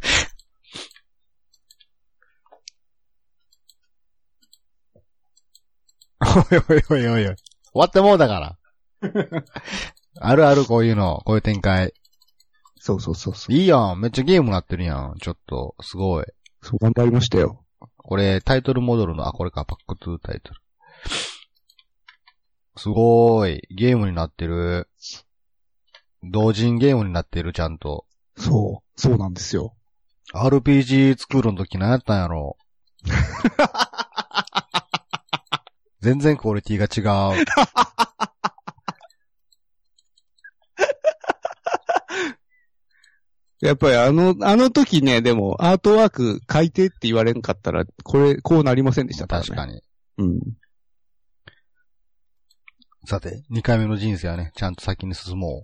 おいおいおいおいおい。終わってもうだから。あるあるこういうの、こういう展開。 そうそうそうそう。 いいやん。めっちゃゲームなってるやん。ちょっと、すごい。 そう、頑張りましたよ。 これ、タイトル戻るの、これか、パック2タイトル。すごーい。ゲームになってる。同人ゲームになってる、ちゃんと。 そうなんですよ。 RPG 作るの時何やったんやろ。全然クオリティが違う。 やっぱりあの時ね、でもアートワーク書いてって言われんかったら、こうなりませんでしたからね。 確かに。 うん。 さて、2回目の人生はね、ちゃんと先に進もう。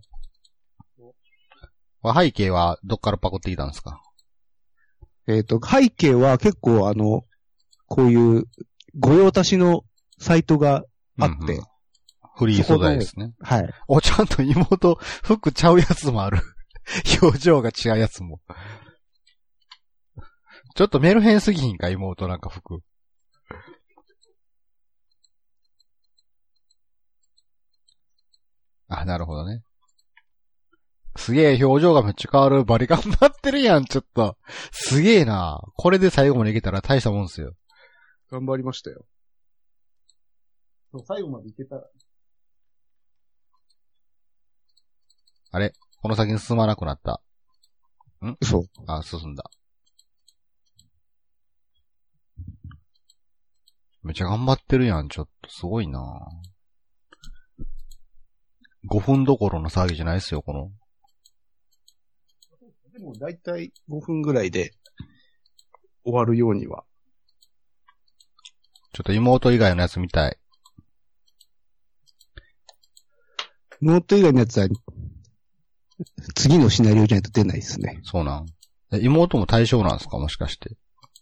背景はどっからパコってきたんですか？ 背景は結構こういう御用達のサイトがあって。 フリー素材ですね。 はい。 ちゃんと妹、服ちゃうやつもある。表情が違うやつも。ちょっとメルヘンすぎひんか、妹なんか服。なるほどね。すげえ、表情がめっちゃ変わる。バリ頑張ってるやん、ちょっと。すげえな。これで最後までいけたら大したもんですよ。 頑張りましたよ。最後までいけたら。 あれ？この先に進まなくなった。 そう。 進んだ。めっちゃ頑張ってるやん、ちょっと。すごいな。5分どころの騒ぎじゃないっすよ、この。 でもだいたい5分ぐらいで終わるようには。 ちょっと妹以外のやつ見たい。 妹以外のやつは、次のシナリオじゃないと出ないですね。 そうなん。妹も対象なんですか、もしかして。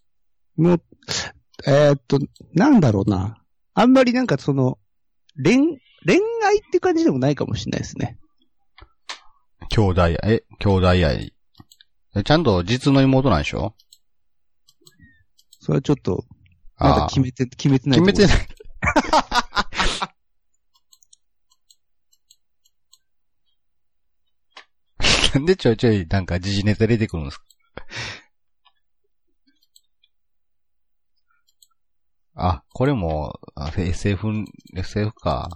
なんだろうな。あんまりなんか恋愛って感じでもないかもしれないですね。 兄弟愛。ちゃんと実の妹なんでしょ？ それはちょっと、まだ決めてない。 決めてない。なんでちょいちょいなんか時事ネタ出てくるんですか？これも、SF か。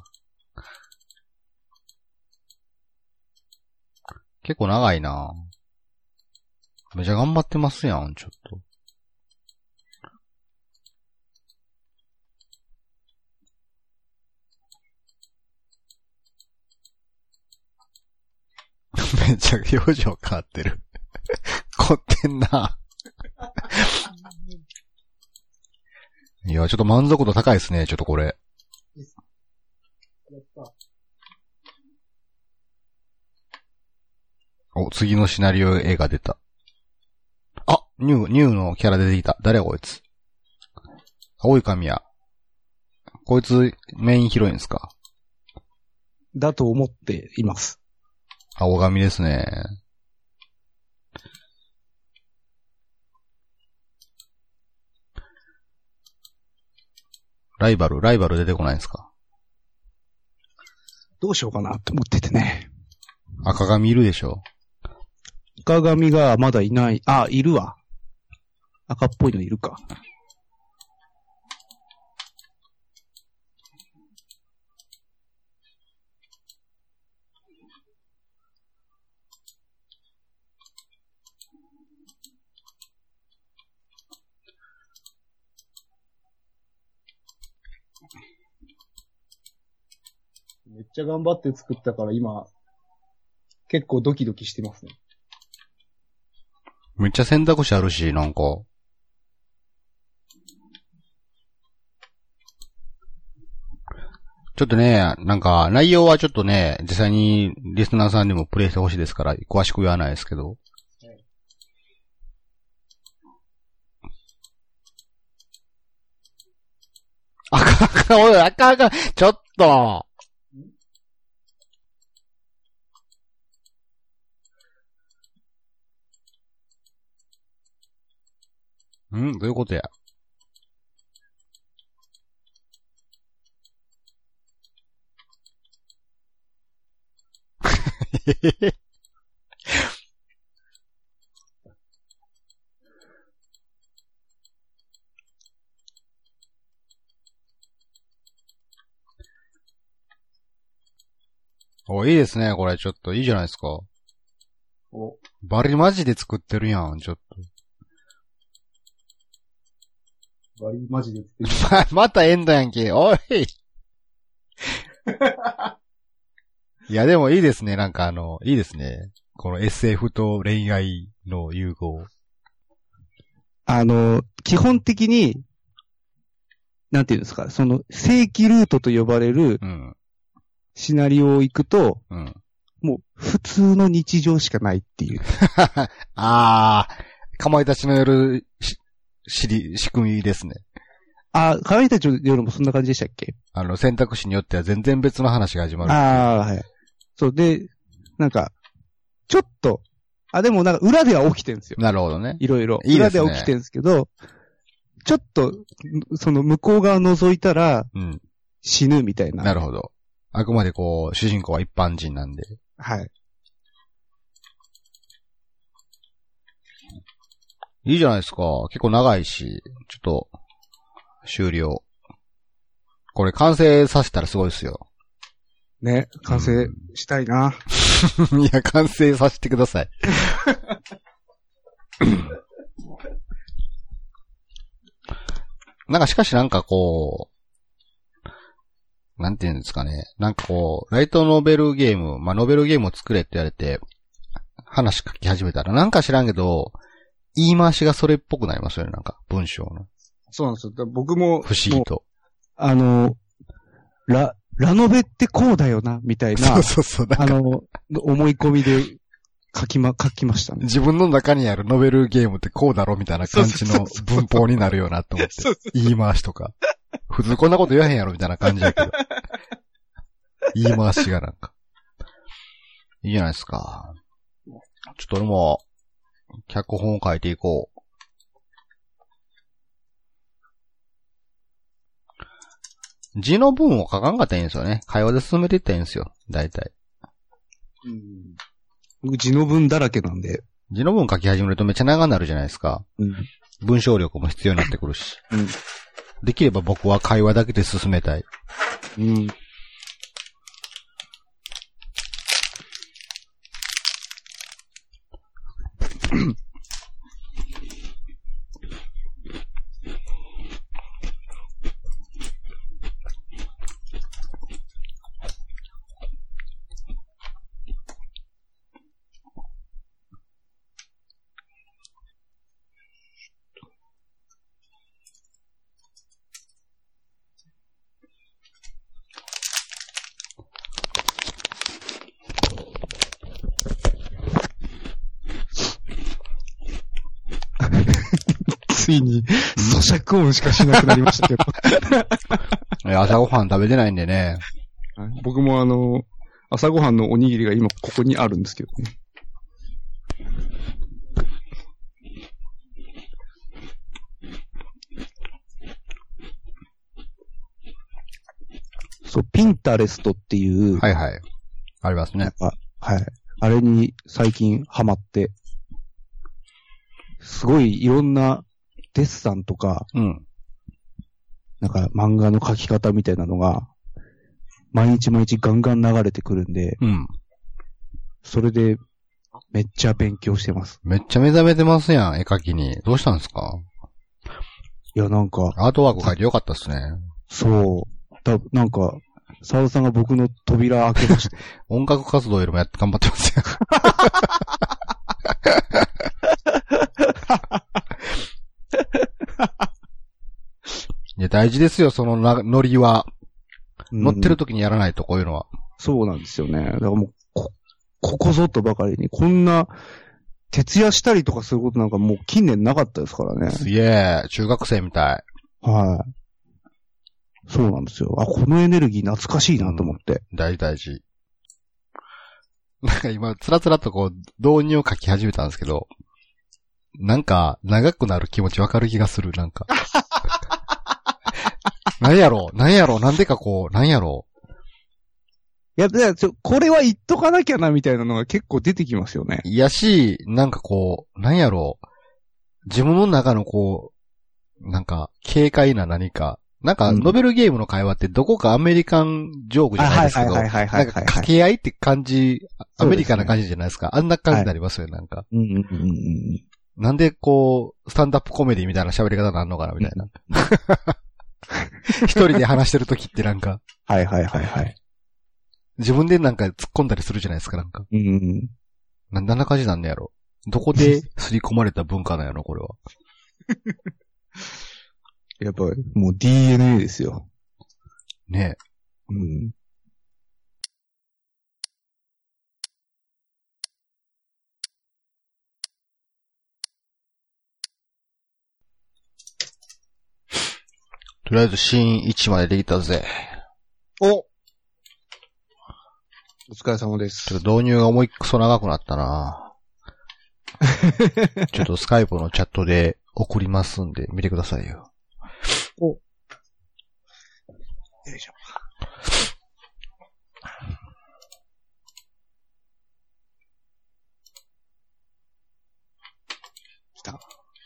結構長いな。めちゃ頑張ってますやん、ちょっと。めっちゃ表情変わってる。凝ってんな。いや、ちょっと満足度高いですね、ちょっとこれ。次のシナリオ絵が出た。ニューのキャラ出てきた。誰やこいつ。青い髪や。こいつメインヒロインですか？ だと思っています。 青髪ですね。ライバル出てこないんですか？ どうしようかなって思っててね。 赤髪いるでしょ？ 赤髪がまだいない。いるわ。赤っぽいのいるか。めっちゃ頑張って作ったから今、結構ドキドキしてますね。 めっちゃ選択肢あるし、なんか。ちょっとね、なんか、内容はちょっとね、実際にリスナーさんにもプレイしてほしいですから、詳しく言わないですけど。 おい、あかんあかん。ちょっと。どういうことや。お、いいですね、これ。ちょっといいじゃないですか。 お、 バリマジで作ってるやん、ちょっと。 バリマジで作ってる。 またエンドやんけ。おい。いや、でもいいですね。なんかいいですね。この SF と恋愛の融合。 基本的に、なんていうんですか、その正規ルートと呼ばれるシナリオを行くと、 うん。 もう普通の日常しかないっていう。 あー、かまいたちの夜仕組みですね。 あ、かまいたちの夜もそんな感じでしたっけ？ 選択肢によっては全然別の話が始まる。 ああ、はい。そうで、なんか、ちょっと、でもなんか裏では起きてるんですよ。 なるほどね。 いろいろ。 いいですね。 裏では起きてるんですけど、ちょっと、その向こう側覗いたら、死ぬみたいな。 なるほど。あくまでこう、主人公は一般人なんで。 はい。 いいじゃないですか。結構長いし、ちょっと、終了。これ完成させたらすごいですよ。 ね、完成したいな。 いや、完成させてください。なんかしかしなんかこう、なんていうんですかね。なんかこう、ライトノベルゲーム、ノベルゲームを作れって言われて、話書き始めたら、なんか知らんけど、言い回しがそれっぽくなりますよね、なんか、文章の。 そうなんですよ。僕も、 不思議と。 ラノベってこうだよな、みたいな。 そう。なんか思い込みで書きましたね。 自分の中にあるノベルゲームってこうだろみたいな感じの文法になるよなと思って。言い回しとか。普通こんなこと言わへんやろみたいな感じだけど。言い回しがなんか。いいじゃないですか。ちょっと俺も、脚本を書いていこう。字の文を書かんかったらいいんですよね。会話で進めていったらいいんですよ。大体。 僕字の文だらけなんで。 字の文書き始めるとめっちゃ長くなるじゃないですか。文章力も必要になってくるし。できれば僕は会話だけで進めたい。 ついに、咀嚼音しかしなくなりましたけど。 朝ごはん食べてないんでね。 僕も朝ごはんのおにぎりが今ここにあるんですけどね。そう、ピンタレストっていう。 はいはい。ありますね。 はい。あれに最近ハマって、すごいいろんなデッサンとか、なんか漫画の描き方みたいなのが、毎日ガンガン流れてくるんで、それでめっちゃ勉強してます。 めっちゃ目覚めてますやん、絵描きに。どうしたんですか？ いや、なんか。 アートワーク描いてよかったっすね。 そう。なんか、沢田さんが僕の扉開けました。 音楽活動よりも頑張ってますよ。いや、大事ですよ、そのノリは。乗ってる時にやらないと、こういうのは。 そうなんですよね。だからもう、ここぞとばかりに、こんな、徹夜したりとかすることなんかもう近年なかったですからね。 すげえ、中学生みたい。 はい。 そうなんですよ。あ、このエネルギー懐かしいなと思って。 大事。なんか今、つらつらとこう、導入を書き始めたんですけど、なんか、長くなる気持ちわかる気がする、なんか。なんやろなんでかこう、なんやろいや、これは言っとかなきゃなみたいなのが結構出てきますよね。 いやし、なんかこう、なんやろ自分の中のこう、なんか、軽快な何か、なんか、ノベルゲームの会話ってどこかアメリカンジョークじゃないですけど、なんか掛け合いって感じ、アメリカンな感じじゃないですか。あんな感じになりますよね、なんか。なんでこう、スタンダップコメディみたいな喋り方になるのかな、みたいな。一人で話してる時ってなんか。 はい。 自分でなんか突っ込んだりするじゃないですか、なんか。なんであんな感じなんねやろ。どこで刷り込まれた文化なんやろ、これは。 やっぱ、もう DNA ですよ。 ねえ。とりあえずシーン1までできたぜ。 お疲れ様です。 ちょっと導入が思いっくそ長くなったなちょっとスカイプのチャットで送りますんで見てくださいよ。 お。よいしょ。来た。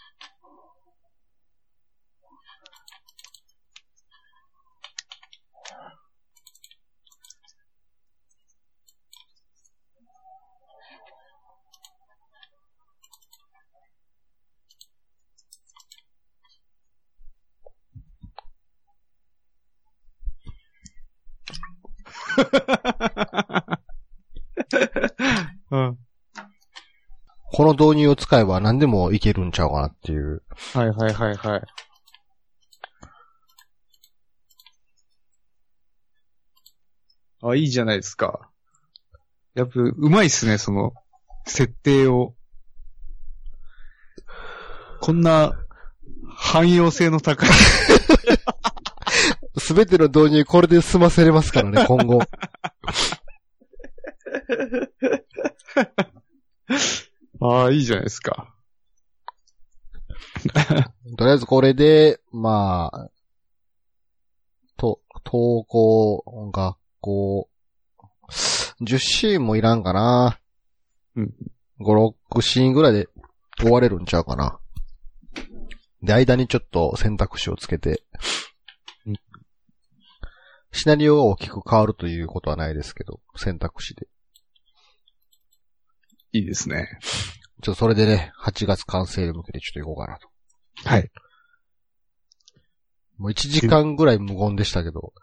この導入を使えば何でもいけるんちゃうかなっていう。 はい。あ、いいじゃないですか。やっぱ、うまいっすね、その、設定を。こんな、汎用性の高い。 すべての導入これで済ませれますからね、今後。 ああ、いいじゃないですか。 とりあえずこれで、まあ、登校、学校、10シーンもいらんかな。5、6シーンぐらいで終われるんちゃうかな。で、間にちょっと選択肢をつけて、シナリオが大きく変わるということはないですけど、選択肢で。 いいですね。 ちょっとそれでね、8月完成に向けてちょっと行こうかなと。 はい。 もう1時間ぐらい無言でしたけど。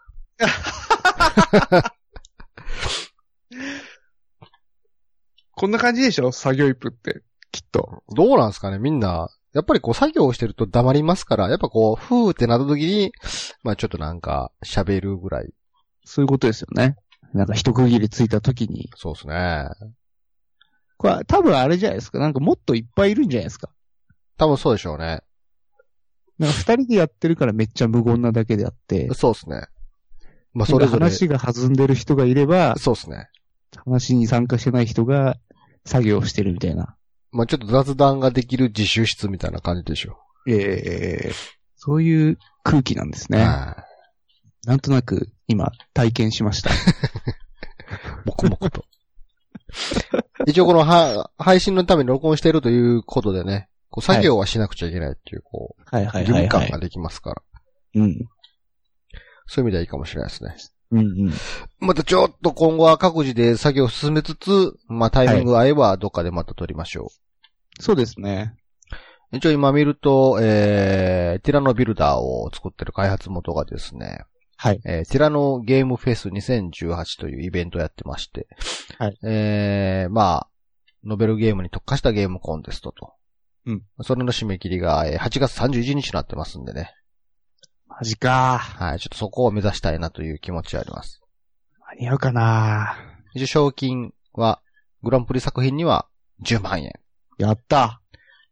こんな感じでしょ作業イプって、きっと。 どうなんですかねみんな、やっぱりこう作業をしてると黙りますから、やっぱこう、ふーってなった時に、まあちょっとなんか喋るぐらい。 そういうことですよね。なんか一区切りついた時に。 そうですね。 これ多分あれじゃないですか。なんかもっといっぱいいるんじゃないですか。 多分そうでしょうね。 なんか二人でやってるからめっちゃ無言なだけであって。 そうですね。まあそれぞれ。 話が弾んでる人がいれば。 そうですね。 話に参加してない人が作業してるみたいな。 まあちょっと雑談ができる自習室みたいな感じでしょう。 そういう空気なんですね。なんとなく今体験しました。 もこもこと。一応この配信のために録音しているということでね、こう作業はしなくちゃいけないっていう、こう、義務感ができますから。そういう意味ではいいかもしれないですね。またちょっと今後は各自で作業を進めつつ、まあタイミング合えばどっかでまた撮りましょう。 そうですね。 一応今見ると、ティラノビルダーを作ってる開発元がですね、 はい。 ティラノゲームフェス2018というイベントをやってまして、 はい。 まあ、ノベルゲームに特化したゲームコンテストと。それの締め切りが8月31日になってますんでね。 マジか。 はい。ちょっとそこを目指したいなという気持ちはあります。 間に合うかな。 一応賞金は、グランプリ作品には10万円。 やった。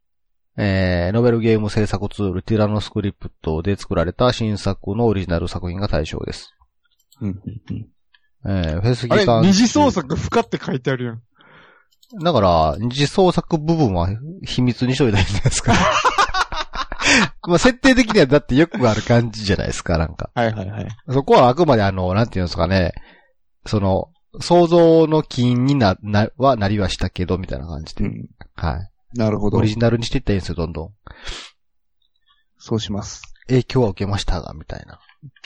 ノベルゲーム制作ツールティラノスクリプトで作られた新作のオリジナル作品が対象です。 フェスギさん。 あれ、二次創作不可って書いてあるやん。 だから、二次創作部分は秘密にしといたらいいじゃないですか。まあ、設定的にはだってよくある感じじゃないですか、なんか。 はいはいはい。 そこはあくまでなんていうんですかね、想像の起因になりはしたけど、みたいな感じで。はい。 なるほど。 オリジナルにしていったらいいんですよ、どんどん。 そうします。 影響は受けましたが、みたいな。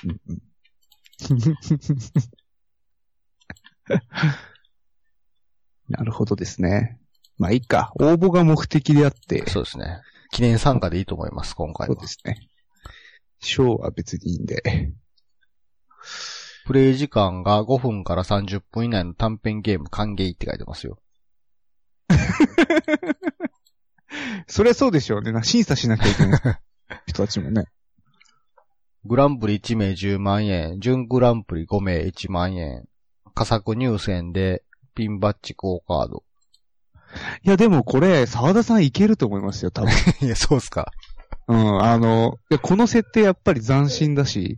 なるほどですね。まあいいか。応募が目的であって。 そうですね。記念参加でいいと思います、今回は。 そうですね。賞は別にいいんで。 プレイ時間が5分から30分以内の短編ゲーム歓迎って書いてますよ。 そりゃそうでしょうね。審査しなきゃいけない人たちもね。 グランプリ1名10万円、準グランプリ5名1万円、佳作入選でピンバッジ交カード。 いやでもこれ、沢田さんいけると思いますよ、多分。 いや、そうっすか。 この設定やっぱり斬新だし、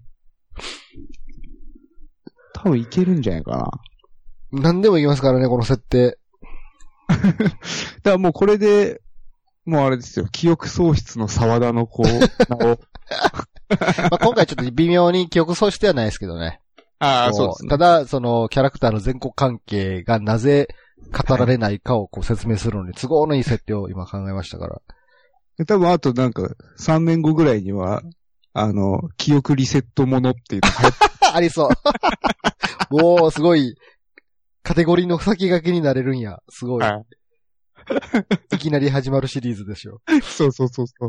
多分いけるんじゃないかな。 何でもいきますからね、この設定。 だからもうこれで、もうあれですよ、記憶喪失の沢田の名を。 まあ今回ちょっと微妙に記憶喪失ではないですけどね。 ああ、そうですね。 ただ、キャラクターの前後関係がなぜ語られないかを説明するのに都合のいい設定を今考えましたから。 多分あとなんか3年後ぐらいには、記憶リセットものっていうのありそう。もうすごい、カテゴリーの先駆けになれるんや。すごい。はい、いきなり始まるシリーズでしょ。 そうそうそうそう。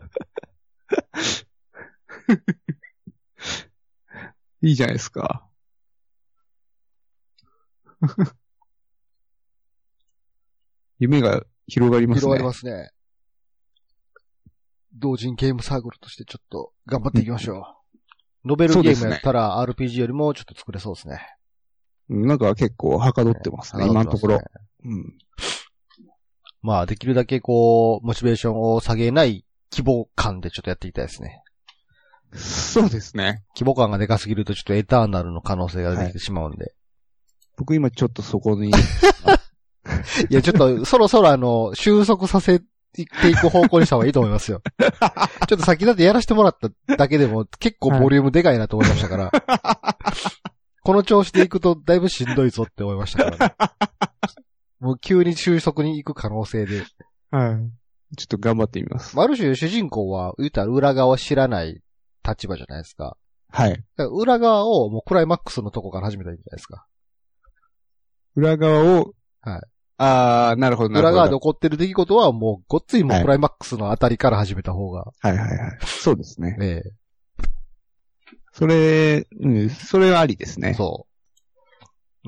いいじゃないですか。夢が広がりますね。 広がりますね。同人ゲームサークルとしてちょっと頑張っていきましょう。ノベルゲームやったら RPG よりもちょっと作れそうですね。 なんか結構はかどってますね、今のところ。 まあ、できるだけモチベーションを下げない規模感でちょっとやっていきたいですね。 そうですね。 規模感がでかすぎるとちょっとエターナルの可能性が出てきてしまうんで。 僕今ちょっとそこに。いや、ちょっとそろそろ収束させていく方向にした方がいいと思いますよ。ちょっとさっきだってやらせてもらっただけでも結構ボリュームでかいなと思いましたから。この調子でいくとだいぶしんどいぞって思いましたからね。もう急に収束に行く可能性で。 はい。ちょっと頑張ってみます。 ある種主人公は言ったら裏側を知らない立場じゃないですか。 はい。 だから裏側をもうクライマックスのとこから始めたらいいんじゃないですか。 裏側を、 はい。 あー、なるほど、なるほど。 裏側で起こってる出来事はもうごっついもうクライマックスのあたりから始めた方が。 はいはいはい。そうですね。 ええ。 それはありですね。 そう。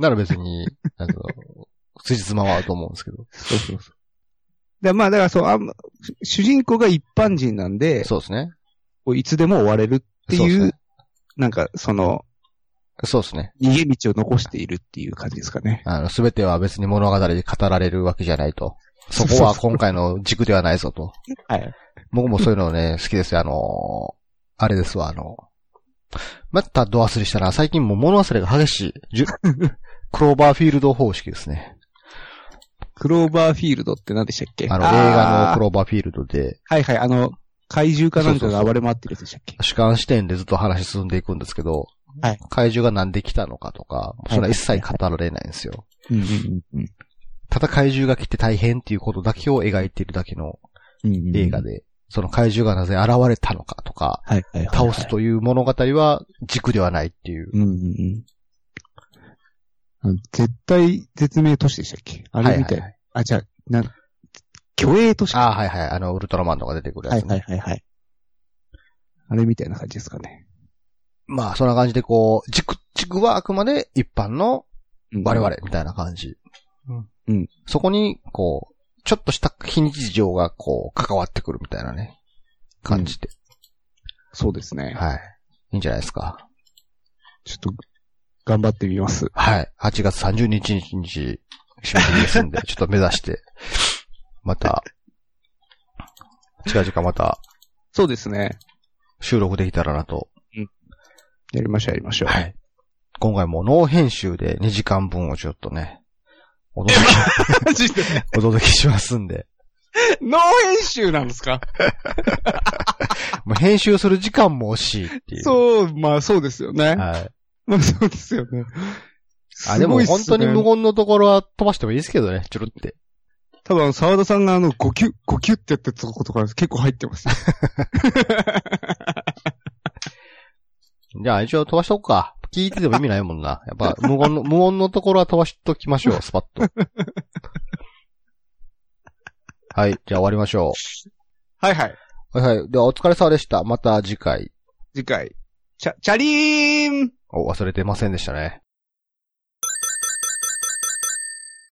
なら別に、辻褄は合うと思うんですけど。 そうそうそう。だからそう、主人公が一般人なんで、 そうですね。 いつでも終われるっていう、なんかそうですね。 逃げ道を残しているっていう感じですかね。 すべては別に物語で語られるわけじゃないと。そこは今回の軸ではないぞと。 はい。 僕もそういうのね、好きですよ。あれですわ、またド忘れしたら、最近もう物忘れが激しい。クローバーフィールド方式ですね。 クローバーフィールドって何でしたっけ？ 映画のクローバーフィールドで。 はいはい、怪獣かなんかが暴れ回ってるやつでしたっけ？ 主観視点でずっと話進んでいくんですけど、はい、怪獣がなんで来たのかとか、それは一切語られないんですよ。ただ怪獣が来て大変っていうことだけを描いているだけの映画で、その怪獣がなぜ現れたのかとか、倒すという物語は軸ではないっていう。 絶対絶命都市でしたっけ？あれみたい。じゃあ、虚栄都市。 はいはい。ウルトラマンとか出てくるやつ、ね。 はい。あれみたいな感じですかね。 まあ、そんな感じで軸はあくまで一般の我々みたいな感じ。そこに、ちょっとした非日常が関わってくるみたいなね、感じで。 そうですね。 はい。いいんじゃないですか。 ちょっと、頑張ってみます。 はい。8月30日に締め切りですんで、ちょっと目指して、また、 近々また。 そうですね。 収録できたらなと。 やりましょう。 はい。今回もノー編集で2時間分をちょっとね、お届けしますんで。 ノー編集なんですか？ もう編集する時間も惜しいっていう。 そう、まあそうですよね。 はい。 まあそうですよね。 でも本当に無言のところは飛ばしてもいいですけどね、ちょろって。 多分沢田さんが5キュってやってたとことか結構入ってますよ。 じゃあ一応飛ばしとこうか。聞いてても意味ないもんな。やっぱ無音のところは飛ばしときましょう、スパッと。はい、じゃあ終わりましょう。 はいはい。 はいはい。ではお疲れ様でした。また次回。 チャリーン忘れてませんでしたね。